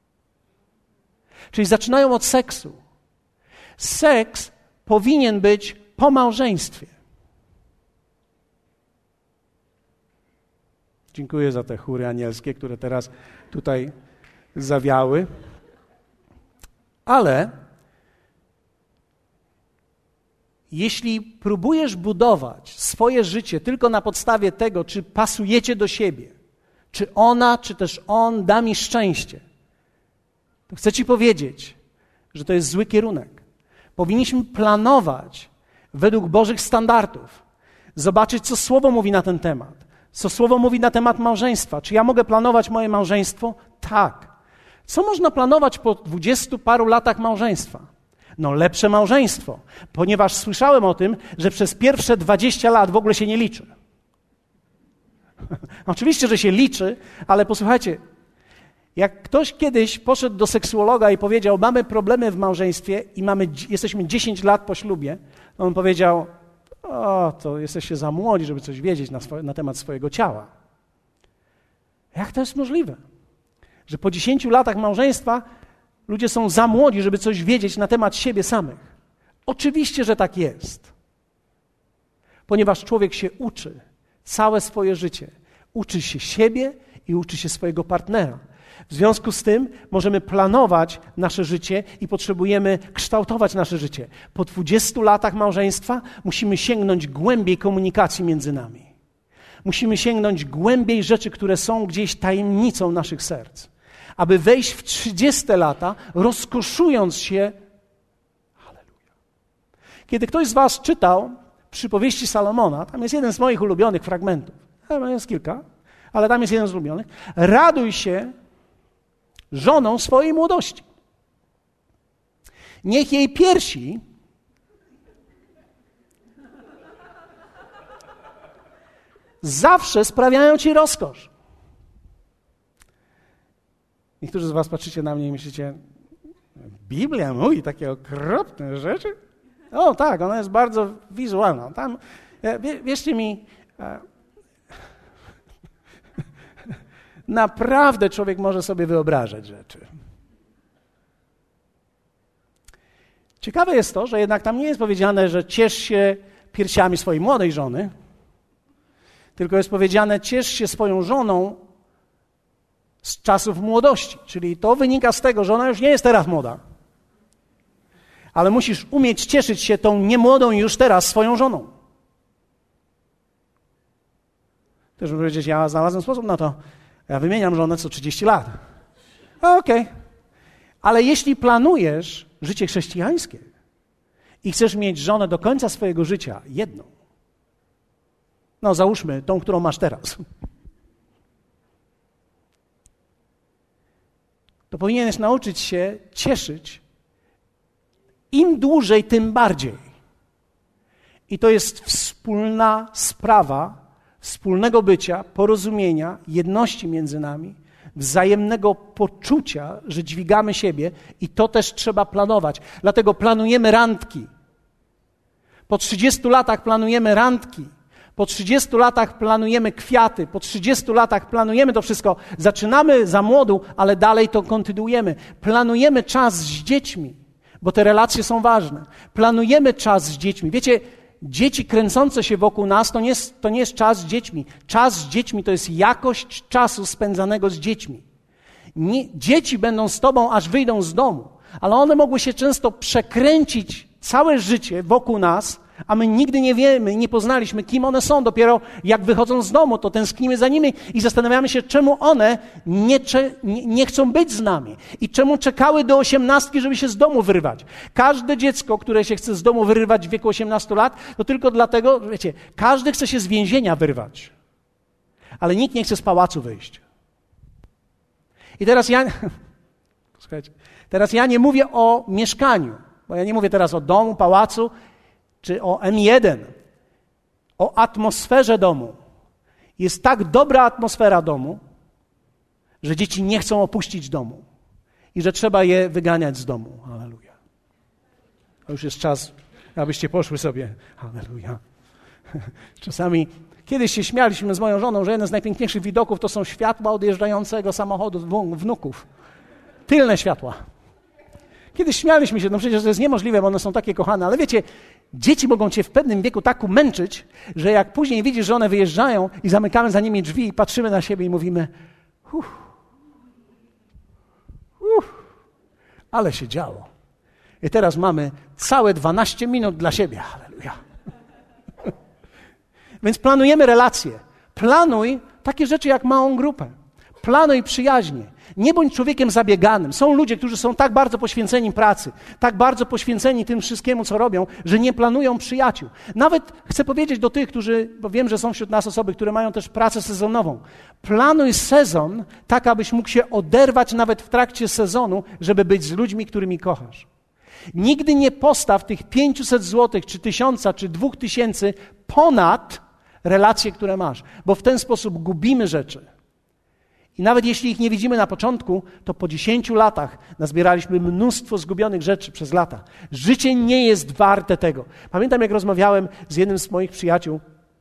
Speaker 1: Czyli zaczynają od seksu. Seks powinien być po małżeństwie. Dziękuję za te chóry anielskie, które teraz tutaj zawiały. Ale jeśli próbujesz budować swoje życie tylko na podstawie tego, czy pasujecie do siebie, czy ona, czy też on da mi szczęście, to chcę ci powiedzieć, że to jest zły kierunek. Powinniśmy planować według Bożych standardów, zobaczyć, co Słowo mówi na ten temat, co Słowo mówi na temat małżeństwa. Czy ja mogę planować moje małżeństwo? Tak. Co można planować po dwudziestu paru latach małżeństwa? No lepsze małżeństwo, ponieważ słyszałem o tym, że przez pierwsze dwadzieścia lat w ogóle się nie liczy. Oczywiście, że się liczy, ale posłuchajcie, jak ktoś kiedyś poszedł do seksuologa i powiedział, mamy problemy w małżeństwie i mamy, jesteśmy dziesięć lat po ślubie, on powiedział, o, to jesteście za młodzi, żeby coś wiedzieć na, swoje, na temat swojego ciała. Jak to jest możliwe? Że po dziesięciu latach małżeństwa ludzie są za młodzi, żeby coś wiedzieć na temat siebie samych. Oczywiście, że tak jest. Ponieważ człowiek się uczy całe swoje życie. Uczy się siebie i uczy się swojego partnera. W związku z tym możemy planować nasze życie i potrzebujemy kształtować nasze życie. Po dwudziestu latach małżeństwa musimy sięgnąć głębiej komunikacji między nami. Musimy sięgnąć głębiej rzeczy, które są gdzieś tajemnicą naszych serc. Aby wejść w trzydzieste lata, rozkoszując się. Halleluja. Kiedy ktoś z was czytał przypowieści Salomona, tam jest jeden z moich ulubionych fragmentów. Tam jest kilka, ale tam jest jeden z ulubionych. Raduj się żoną swojej młodości. Niech jej piersi zawsze sprawiają ci rozkosz. Niektórzy z was patrzycie na mnie i myślicie, Biblia mówi takie okropne rzeczy? O tak, ona jest bardzo wizualna. Tam, wierzcie mi, naprawdę człowiek może sobie wyobrażać rzeczy. Ciekawe jest to, że jednak tam nie jest powiedziane, że ciesz się piersiami swojej młodej żony, tylko jest powiedziane, ciesz się swoją żoną z czasów młodości. Czyli to wynika z tego, że ona już nie jest teraz młoda. Ale musisz umieć cieszyć się tą niemłodą już teraz swoją żoną. Też muszę powiedzieć, ja znalazłem sposób na to. Ja wymieniam żonę co trzydzieści lat. Okej. Okay. Ale jeśli planujesz życie chrześcijańskie i chcesz mieć żonę do końca swojego życia, jedną, no załóżmy tą, którą masz teraz, to powinieneś nauczyć się cieszyć im dłużej, tym bardziej. I to jest wspólna sprawa wspólnego bycia, porozumienia, jedności między nami, wzajemnego poczucia, że dźwigamy siebie i to też trzeba planować. Dlatego planujemy randki. Po trzydziestu latach planujemy randki. Po trzydziestu latach planujemy kwiaty. Po trzydziestu latach planujemy to wszystko. Zaczynamy za młodu, ale dalej to kontynuujemy. Planujemy czas z dziećmi, bo te relacje są ważne. Planujemy czas z dziećmi. Wiecie, dzieci kręcące się wokół nas to nie jest, to nie jest czas z dziećmi. Czas z dziećmi to jest jakość czasu spędzanego z dziećmi. Nie, dzieci będą z tobą, aż wyjdą z domu, ale one mogły się często przekręcić całe życie wokół nas, a my nigdy nie wiemy, nie poznaliśmy, kim one są. Dopiero jak wychodzą z domu, to tęsknimy za nimi i zastanawiamy się, czemu one nie, nie, nie chcą być z nami i czemu czekały do osiemnastki, żeby się z domu wyrwać. Każde dziecko, które się chce z domu wyrwać w wieku osiemnastu lat, to tylko dlatego, wiecie, każdy chce się z więzienia wyrwać, ale nikt nie chce z pałacu wyjść. I teraz ja, słuchajcie, teraz ja nie mówię o mieszkaniu, bo ja nie mówię teraz o domu, pałacu, czy o M jeden, o atmosferze domu. Jest tak dobra atmosfera domu, że dzieci nie chcą opuścić domu i że trzeba je wyganiać z domu. Halleluja. To już jest czas, abyście poszły sobie. Halleluja. Czasami, kiedyś się śmialiśmy z moją żoną, że jeden z najpiękniejszych widoków to są światła odjeżdżającego samochodu wnuków. Tylne światła. Kiedyś śmialiśmy się, no przecież to jest niemożliwe, bo one są takie kochane, ale wiecie, Dzieci mogą cię w pewnym wieku tak umęczyć, że jak później widzisz, że one wyjeżdżają i zamykamy za nimi drzwi i patrzymy na siebie i mówimy uff, uff, ale się działo. I teraz mamy całe dwanaście minut dla siebie. Halleluja. Więc planujemy relacje. Planuj takie rzeczy jak małą grupę. Planuj przyjaźnie. Nie bądź człowiekiem zabieganym. Są ludzie, którzy są tak bardzo poświęceni pracy, tak bardzo poświęceni tym wszystkiemu, co robią, że nie planują przyjaciół. Nawet chcę powiedzieć do tych, którzy, bo wiem, że są wśród nas osoby, które mają też pracę sezonową. Planuj sezon tak, abyś mógł się oderwać nawet w trakcie sezonu, żeby być z ludźmi, którymi kochasz. Nigdy nie postaw tych pięćset złotych, czy tysiąca, czy dwóch tysięcy ponad relacje, które masz, bo w ten sposób gubimy rzeczy. I nawet jeśli ich nie widzimy na początku, to po dziesięciu latach nazbieraliśmy mnóstwo zgubionych rzeczy przez lata. Życie nie jest warte tego. Pamiętam, jak rozmawiałem z jednym z moich przyjaciół,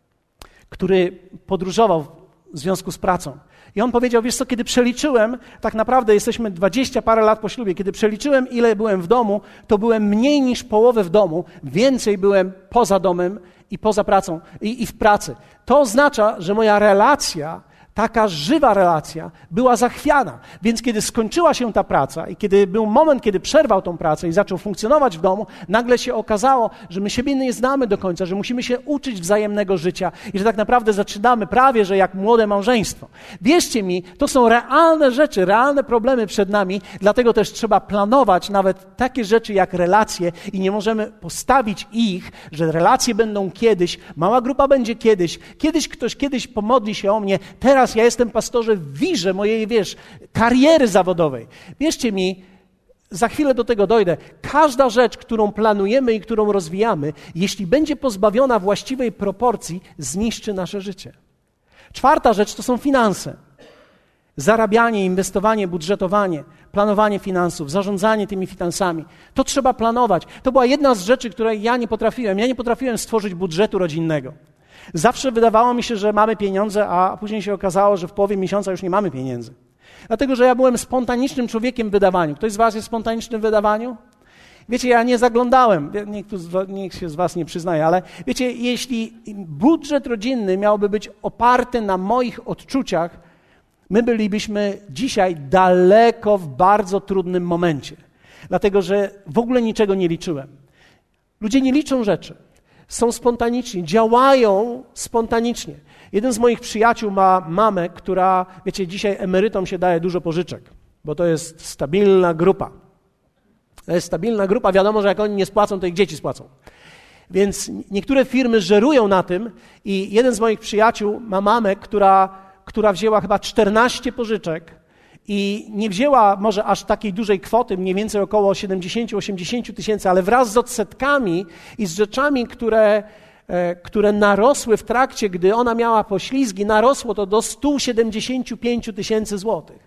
Speaker 1: który podróżował w związku z pracą. I on powiedział, wiesz co, kiedy przeliczyłem, tak naprawdę jesteśmy dwadzieścia parę lat po ślubie, kiedy przeliczyłem, ile byłem w domu, to byłem mniej niż połowę w domu, więcej byłem poza domem i poza pracą i, i w pracy. To oznacza, że moja relacja, taka żywa relacja była zachwiana. Więc kiedy skończyła się ta praca i kiedy był moment, kiedy przerwał tą pracę i zaczął funkcjonować w domu, nagle się okazało, że my siebie nie znamy do końca, że musimy się uczyć wzajemnego życia i że tak naprawdę zaczynamy prawie, że jak młode małżeństwo. Wierzcie mi, to są realne rzeczy, realne problemy przed nami, dlatego też trzeba planować nawet takie rzeczy jak relacje i nie możemy postawić ich, że relacje będą kiedyś, mała grupa będzie kiedyś, kiedyś ktoś kiedyś pomodli się o mnie, teraz ja jestem pastorze w wirze mojej, wiesz, kariery zawodowej. Wierzcie mi, za chwilę do tego dojdę. Każda rzecz, którą planujemy i którą rozwijamy, jeśli będzie pozbawiona właściwej proporcji, zniszczy nasze życie. Czwarta rzecz to są finanse. Zarabianie, inwestowanie, budżetowanie, planowanie finansów, zarządzanie tymi finansami. To trzeba planować. To była jedna z rzeczy, której ja nie potrafiłem. Ja nie potrafiłem stworzyć budżetu rodzinnego. Zawsze wydawało mi się, że mamy pieniądze, a później się okazało, że w połowie miesiąca już nie mamy pieniędzy. Dlatego, że ja byłem spontanicznym człowiekiem w wydawaniu. Ktoś z was jest spontanicznym w wydawaniu? Wiecie, ja nie zaglądałem, nikt, nikt się z was nie przyznaje, ale wiecie, jeśli budżet rodzinny miałby być oparty na moich odczuciach, my bylibyśmy dzisiaj daleko w bardzo trudnym momencie. Dlatego, że w ogóle niczego nie liczyłem. Ludzie nie liczą rzeczy. Są spontaniczni, działają spontanicznie. Jeden z moich przyjaciół ma mamę, która, wiecie, dzisiaj emerytom się daje dużo pożyczek, bo to jest stabilna grupa. To jest stabilna grupa, wiadomo, że jak oni nie spłacą, to ich dzieci spłacą. Więc niektóre firmy żerują na tym i jeden z moich przyjaciół ma mamę, która, która wzięła chyba czternaście pożyczek i nie wzięła może aż takiej dużej kwoty, mniej więcej około siedemdziesiąt do osiemdziesięciu tysięcy, ale wraz z odsetkami i z rzeczami, które, e, które narosły w trakcie, gdy ona miała poślizgi, narosło to do stu siedemdziesięciu pięciu tysięcy złotych.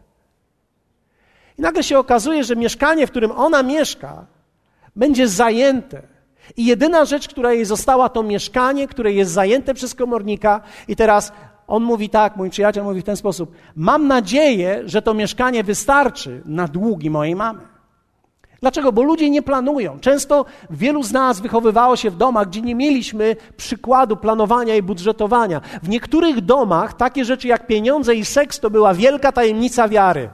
Speaker 1: I nagle się okazuje, że mieszkanie, w którym ona mieszka, będzie zajęte. I jedyna rzecz, która jej została, to mieszkanie, które jest zajęte przez komornika i teraz on mówi tak, mój przyjaciel mówi w ten sposób, mam nadzieję, że to mieszkanie wystarczy na długi mojej mamy. Dlaczego? Bo ludzie nie planują. Często wielu z nas wychowywało się w domach, gdzie nie mieliśmy przykładu planowania i budżetowania. W niektórych domach takie rzeczy jak pieniądze i seks to była wielka tajemnica wiary.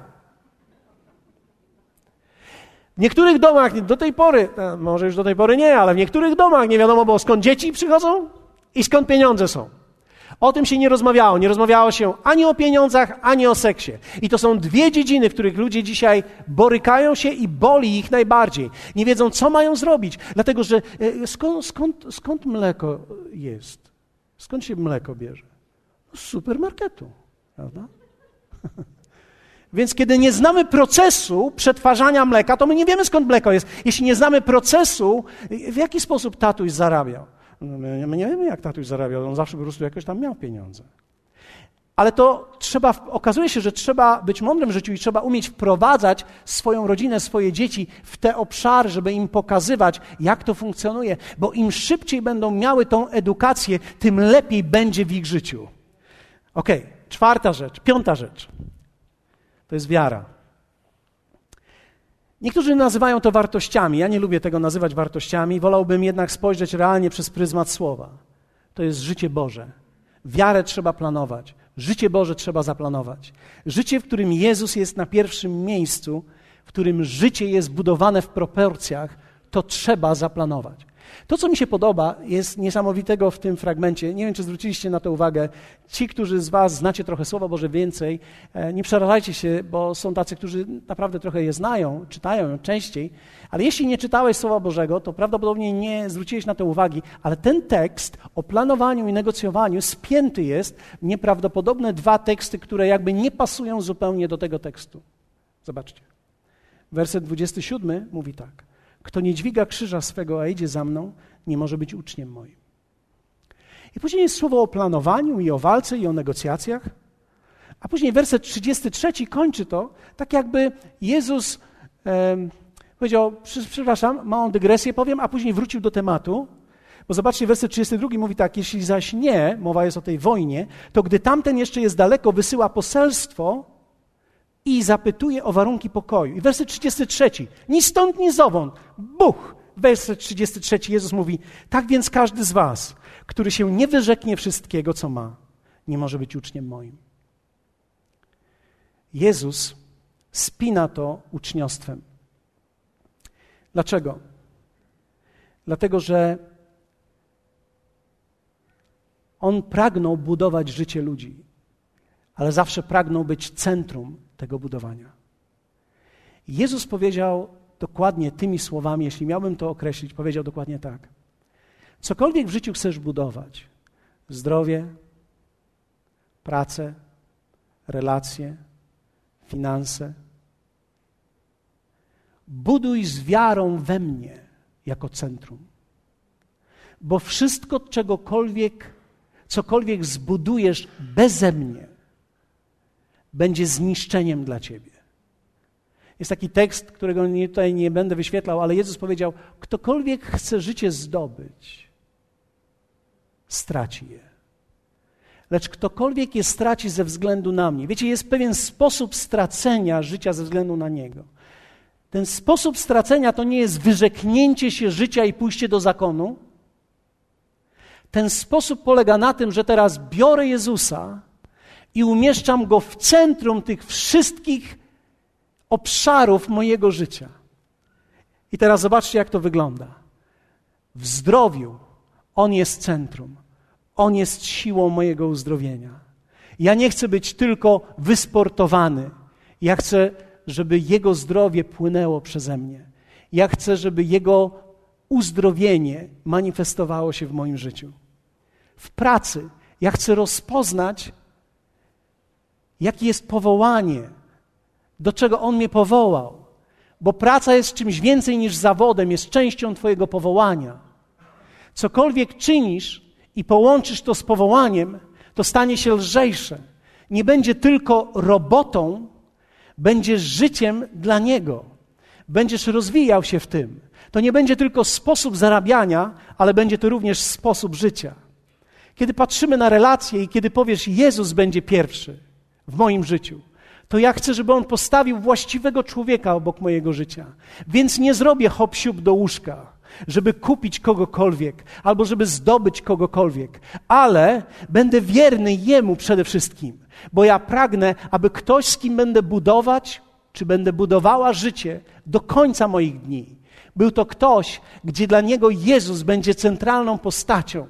Speaker 1: W niektórych domach do tej pory, może już do tej pory nie, ale w niektórych domach nie wiadomo było, skąd dzieci przychodzą i skąd pieniądze są. O tym się nie rozmawiało. Nie rozmawiało się ani o pieniądzach, ani o seksie. I to są dwie dziedziny, w których ludzie dzisiaj borykają się i boli ich najbardziej. Nie wiedzą, co mają zrobić. Dlatego, że skąd, skąd, skąd mleko jest? Skąd się mleko bierze? Z supermarketu, prawda? Więc kiedy nie znamy procesu przetwarzania mleka, to my nie wiemy, skąd mleko jest. Jeśli nie znamy procesu, w jaki sposób tatuś zarabiał? My nie wiemy, jak tatuś zarabiał, on zawsze po prostu jakoś tam miał pieniądze. Ale to trzeba, okazuje się, że trzeba być mądrym w życiu i trzeba umieć wprowadzać swoją rodzinę, swoje dzieci w te obszary, żeby im pokazywać, jak to funkcjonuje, bo im szybciej będą miały tą edukację, tym lepiej będzie w ich życiu. Okej, okay, czwarta rzecz, piąta rzecz. To jest wiara. Niektórzy nazywają to wartościami. Ja nie lubię tego nazywać wartościami. Wolałbym jednak spojrzeć realnie przez pryzmat słowa. To jest życie Boże. Wiarę trzeba planować. Życie Boże trzeba zaplanować. Życie, w którym Jezus jest na pierwszym miejscu, w którym życie jest budowane w proporcjach, to trzeba zaplanować. To, co mi się podoba, jest niesamowitego w tym fragmencie. Nie wiem, czy zwróciliście na to uwagę. Ci, którzy z was znacie trochę Słowa Boże więcej, nie przerażajcie się, bo są tacy, którzy naprawdę trochę je znają, czytają ją częściej. Ale jeśli nie czytałeś Słowa Bożego, to prawdopodobnie nie zwróciłeś na to uwagi. Ale ten tekst o planowaniu i negocjowaniu spięty jest w nieprawdopodobne dwa teksty, które jakby nie pasują zupełnie do tego tekstu. Zobaczcie. Werset dwudziesty siódmy mówi tak. Kto nie dźwiga krzyża swego, a idzie za mną, nie może być uczniem moim. I później jest słowo o planowaniu i o walce i o negocjacjach, a później werset trzydziesty trzeci kończy to, tak jakby Jezus e, powiedział, przepraszam, małą dygresję powiem, a później wrócił do tematu, bo zobaczcie, werset trzydziesty drugi mówi tak, jeśli zaś nie, mowa jest o tej wojnie, to gdy tamten jeszcze jest daleko, wysyła poselstwo i zapytuje o warunki pokoju. I werset trzydziesty trzeci. Ni stąd, ni zowąd. Buch! Werset trzydziesty trzeci. Jezus mówi, tak więc każdy z was, który się nie wyrzeknie wszystkiego, co ma, nie może być uczniem moim. Jezus spina to uczniostwem. Dlaczego? Dlatego, że On pragnął budować życie ludzi, ale zawsze pragnął być centrum tego budowania. Jezus powiedział dokładnie tymi słowami, jeśli miałbym to określić, powiedział dokładnie tak. Cokolwiek w życiu chcesz budować, zdrowie, pracę, relacje, finanse, buduj z wiarą we mnie jako centrum. Bo wszystko, czegokolwiek, cokolwiek zbudujesz beze mnie, będzie zniszczeniem dla ciebie. Jest taki tekst, którego nie, tutaj nie będę wyświetlał, ale Jezus powiedział, ktokolwiek chce życie zdobyć, straci je. Lecz ktokolwiek je straci ze względu na mnie. Wiecie, jest pewien sposób stracenia życia ze względu na Niego. Ten sposób stracenia to nie jest wyrzeknięcie się życia i pójście do zakonu. Ten sposób polega na tym, że teraz biorę Jezusa i umieszczam Go w centrum tych wszystkich obszarów mojego życia. I teraz zobaczcie, jak to wygląda. W zdrowiu On jest centrum. On jest siłą mojego uzdrowienia. Ja nie chcę być tylko wysportowany. Ja chcę, żeby Jego zdrowie płynęło przeze mnie. Ja chcę, żeby Jego uzdrowienie manifestowało się w moim życiu. W pracy ja chcę rozpoznać, jakie jest powołanie, do czego On mnie powołał. Bo praca jest czymś więcej niż zawodem, jest częścią Twojego powołania. Cokolwiek czynisz i połączysz to z powołaniem, to stanie się lżejsze. Nie będzie tylko robotą, będziesz życiem dla Niego. Będziesz rozwijał się w tym. To nie będzie tylko sposób zarabiania, ale będzie to również sposób życia. Kiedy patrzymy na relacje i kiedy powiesz, Jezus będzie pierwszy w moim życiu, to ja chcę, żeby On postawił właściwego człowieka obok mojego życia. Więc nie zrobię hop-siup do łóżka, żeby kupić kogokolwiek albo żeby zdobyć kogokolwiek, ale będę wierny Jemu przede wszystkim, bo ja pragnę, aby ktoś, z kim będę budować, czy będę budowała życie do końca moich dni, był to ktoś, gdzie dla Niego Jezus będzie centralną postacią.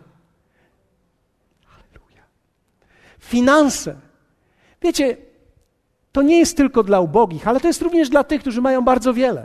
Speaker 1: Halleluja. Finanse. Wiecie, to nie jest tylko dla ubogich, ale to jest również dla tych, którzy mają bardzo wiele.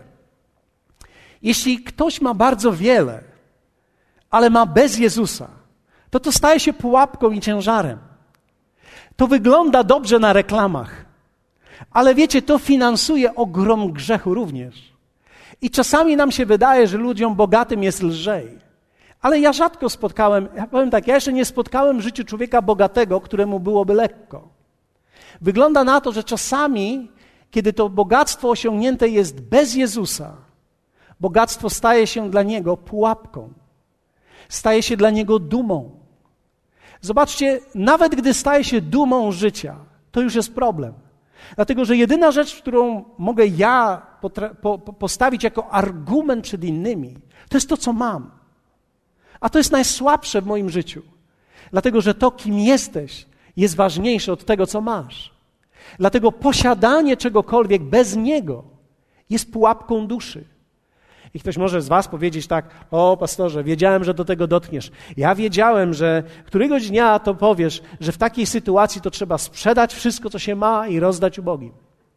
Speaker 1: Jeśli ktoś ma bardzo wiele, ale ma bez Jezusa, to to staje się pułapką i ciężarem. To wygląda dobrze na reklamach, ale wiecie, to finansuje ogrom grzechu również. I czasami nam się wydaje, że ludziom bogatym jest lżej. Ale ja rzadko spotkałem, ja powiem tak, ja jeszcze nie spotkałem w życiu człowieka bogatego, któremu byłoby lekko. Wygląda na to, że czasami, kiedy to bogactwo osiągnięte jest bez Jezusa, bogactwo staje się dla niego pułapką. Staje się dla niego dumą. Zobaczcie, nawet gdy staje się dumą życia, to już jest problem. Dlatego, że jedyna rzecz, którą mogę ja potra- po, po, postawić jako argument przed innymi, to jest to, co mam. A to jest najsłabsze w moim życiu. Dlatego, że to, kim jesteś, jest ważniejsze od tego, co masz. Dlatego posiadanie czegokolwiek bez niego jest pułapką duszy. I ktoś może z was powiedzieć tak: o pastorze, wiedziałem, że do tego dotkniesz. Ja wiedziałem, że któregoś dnia to powiesz, że w takiej sytuacji to trzeba sprzedać wszystko, co się ma i rozdać ubogim.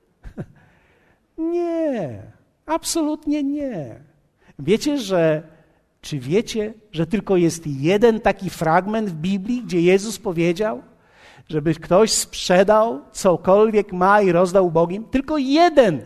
Speaker 1: Nie, absolutnie nie. Wiecie, że, czy wiecie, że tylko jest jeden taki fragment w Biblii, gdzie Jezus powiedział, żeby ktoś sprzedał cokolwiek ma i rozdał ubogim? Tylko jeden.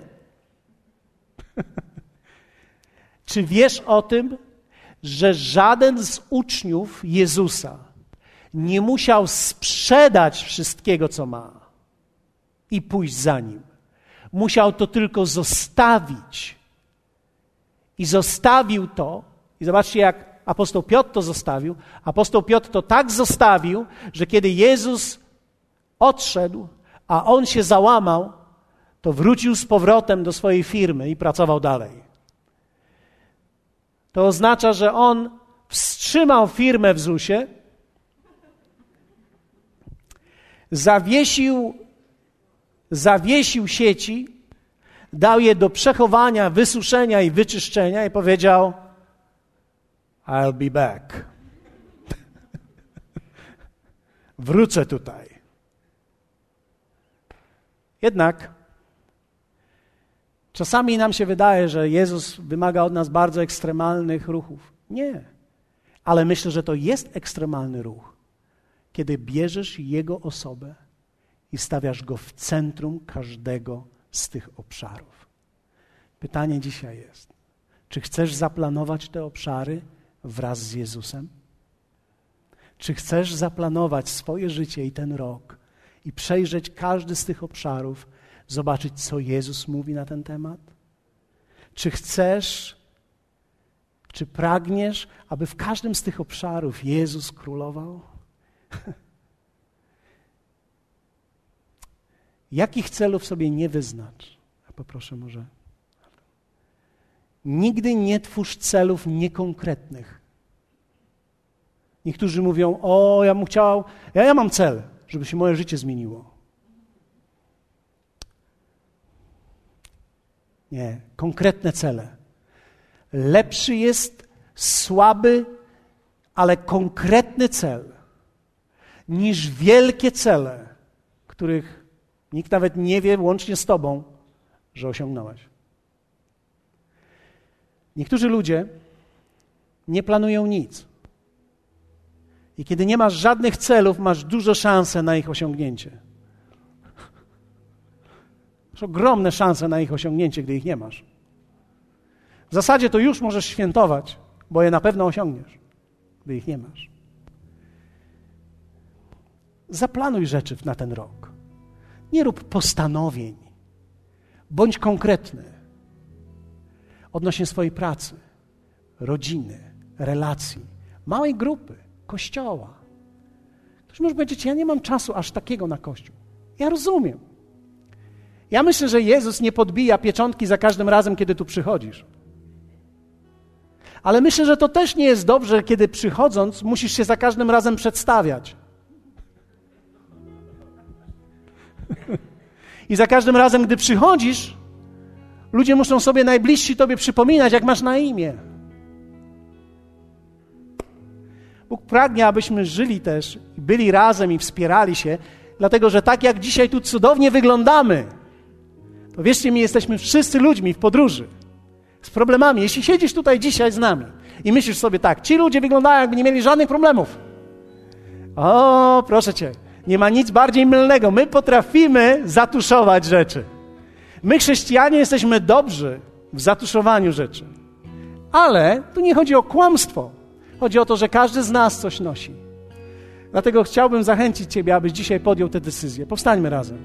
Speaker 1: Czy wiesz o tym, że żaden z uczniów Jezusa nie musiał sprzedać wszystkiego, co ma i pójść za Nim? Musiał to tylko zostawić. I zostawił to, i zobaczcie, jak apostoł Piotr to zostawił. Apostoł Piotr to tak zostawił, że kiedy Jezus odszedł, a on się załamał, to wrócił z powrotem do swojej firmy i pracował dalej. To oznacza, że on wstrzymał firmę w zusie, zawiesił, zawiesił sieci, dał je do przechowania, wysuszenia i wyczyszczenia i powiedział: I'll be back. Wrócę tutaj. Jednak czasami nam się wydaje, że Jezus wymaga od nas bardzo ekstremalnych ruchów. Nie. Ale myślę, że to jest ekstremalny ruch, kiedy bierzesz Jego osobę i stawiasz Go w centrum każdego z tych obszarów. Pytanie dzisiaj jest: czy chcesz zaplanować te obszary wraz z Jezusem? Czy chcesz zaplanować swoje życie i ten rok i przejrzeć każdy z tych obszarów, zobaczyć, co Jezus mówi na ten temat? Czy chcesz, czy pragniesz, aby w każdym z tych obszarów Jezus królował? Jakich celów sobie nie wyznacz? A poproszę może. Nigdy nie twórz celów niekonkretnych. Niektórzy mówią: o, ja bym chciał, ja, ja mam cel, żeby się moje życie zmieniło. Nie, konkretne cele. Lepszy jest słaby, ale konkretny cel, niż wielkie cele, których nikt nawet nie wie, łącznie z tobą, że osiągnąłeś. Niektórzy ludzie nie planują nic. I kiedy nie masz żadnych celów, masz duże szanse na ich osiągnięcie. Masz ogromne szanse na ich osiągnięcie, gdy ich nie masz. W zasadzie to już możesz świętować, bo je na pewno osiągniesz, gdy ich nie masz. Zaplanuj rzeczy na ten rok. Nie rób postanowień. Bądź konkretny odnośnie swojej pracy, rodziny, relacji, małej grupy, kościoła. Ktoś może powiedzieć: ja nie mam czasu aż takiego na kościół. Ja rozumiem. Ja myślę, że Jezus nie podbija pieczątki za każdym razem, kiedy tu przychodzisz. Ale myślę, że to też nie jest dobrze, kiedy przychodząc musisz się za każdym razem przedstawiać. I za każdym razem, gdy przychodzisz, ludzie muszą sobie najbliżsi tobie przypominać, jak masz na imię. Bóg pragnie, abyśmy żyli też, byli razem i wspierali się, dlatego że tak jak dzisiaj tu cudownie wyglądamy, to wierzcie mi, jesteśmy wszyscy ludźmi w podróży, z problemami. Jeśli siedzisz tutaj dzisiaj z nami i myślisz sobie tak: ci ludzie wyglądają, jakby nie mieli żadnych problemów. O, proszę cię, nie ma nic bardziej mylnego. My potrafimy zatuszować rzeczy. My, chrześcijanie, jesteśmy dobrzy w zatuszowaniu rzeczy. Ale tu nie chodzi o kłamstwo. Chodzi o to, że każdy z nas coś nosi. Dlatego chciałbym zachęcić ciebie, abyś dzisiaj podjął tę decyzję. Powstańmy razem.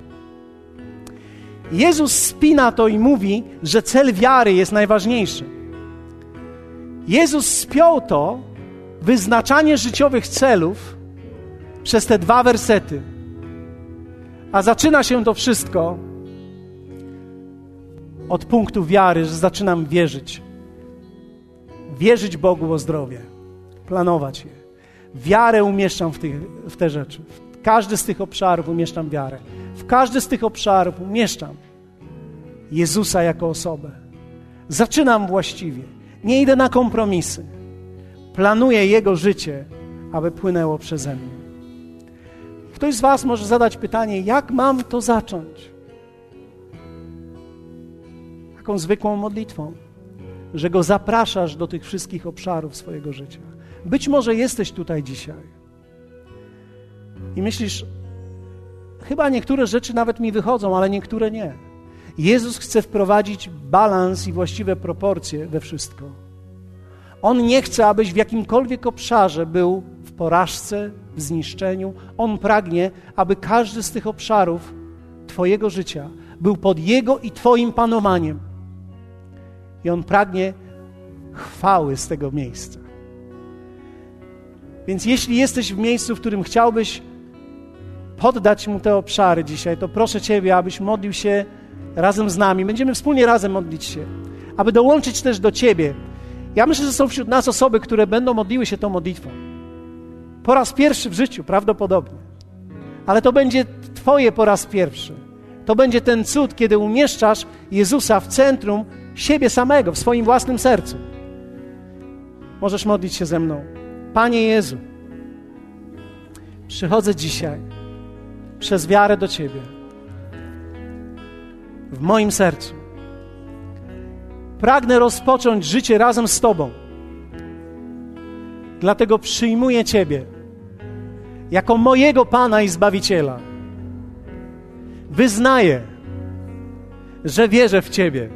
Speaker 1: Jezus spina to i mówi, że cel wiary jest najważniejszy. Jezus spiął to, wyznaczanie życiowych celów, przez te dwa wersety. A zaczyna się to wszystko od punktu wiary, że zaczynam wierzyć. Wierzyć Bogu o zdrowie. Planować je. Wiarę umieszczam w, tych, w te rzeczy. W każdy z tych obszarów umieszczam wiarę. W każdy z tych obszarów umieszczam Jezusa jako osobę. Zaczynam właściwie. Nie idę na kompromisy. Planuję Jego życie, aby płynęło przeze mnie. Ktoś z was może zadać pytanie, jak mam to zacząć? Taką zwykłą modlitwą, że Go zapraszasz do tych wszystkich obszarów swojego życia. Być może jesteś tutaj dzisiaj i myślisz, chyba niektóre rzeczy nawet mi wychodzą, ale niektóre nie. Jezus chce wprowadzić balans i właściwe proporcje we wszystko. On nie chce, abyś w jakimkolwiek obszarze był w porażce, w zniszczeniu. On pragnie, aby każdy z tych obszarów twojego życia był pod Jego i twoim panowaniem. I On pragnie chwały z tego miejsca. Więc jeśli jesteś w miejscu, w którym chciałbyś poddać Mu te obszary dzisiaj, to proszę Ciebie, abyś modlił się razem z nami. Będziemy wspólnie razem modlić się, aby dołączyć też do Ciebie. Ja myślę, że są wśród nas osoby, które będą modliły się tą modlitwą. Po raz pierwszy w życiu, prawdopodobnie. Ale to będzie Twoje po raz pierwszy. To będzie ten cud, kiedy umieszczasz Jezusa w centrum siebie samego, w swoim własnym sercu. Możesz modlić się ze mną. Panie Jezu, przychodzę dzisiaj przez wiarę do Ciebie w moim sercu. Pragnę rozpocząć życie razem z Tobą. Dlatego przyjmuję Ciebie jako mojego Pana i Zbawiciela. Wyznaję, że wierzę w Ciebie.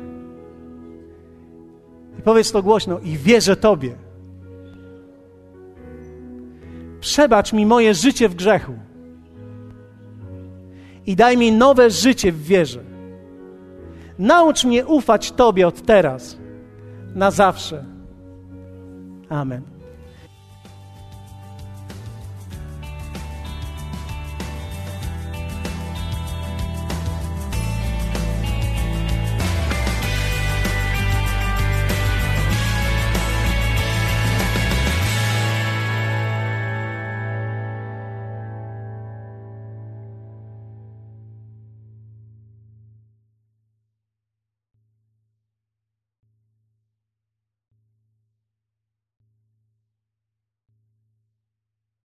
Speaker 1: I powiedz to głośno. I wierzę Tobie. Przebacz mi moje życie w grzechu. I daj mi nowe życie w wierze. Naucz mnie ufać Tobie od teraz, na zawsze. Amen.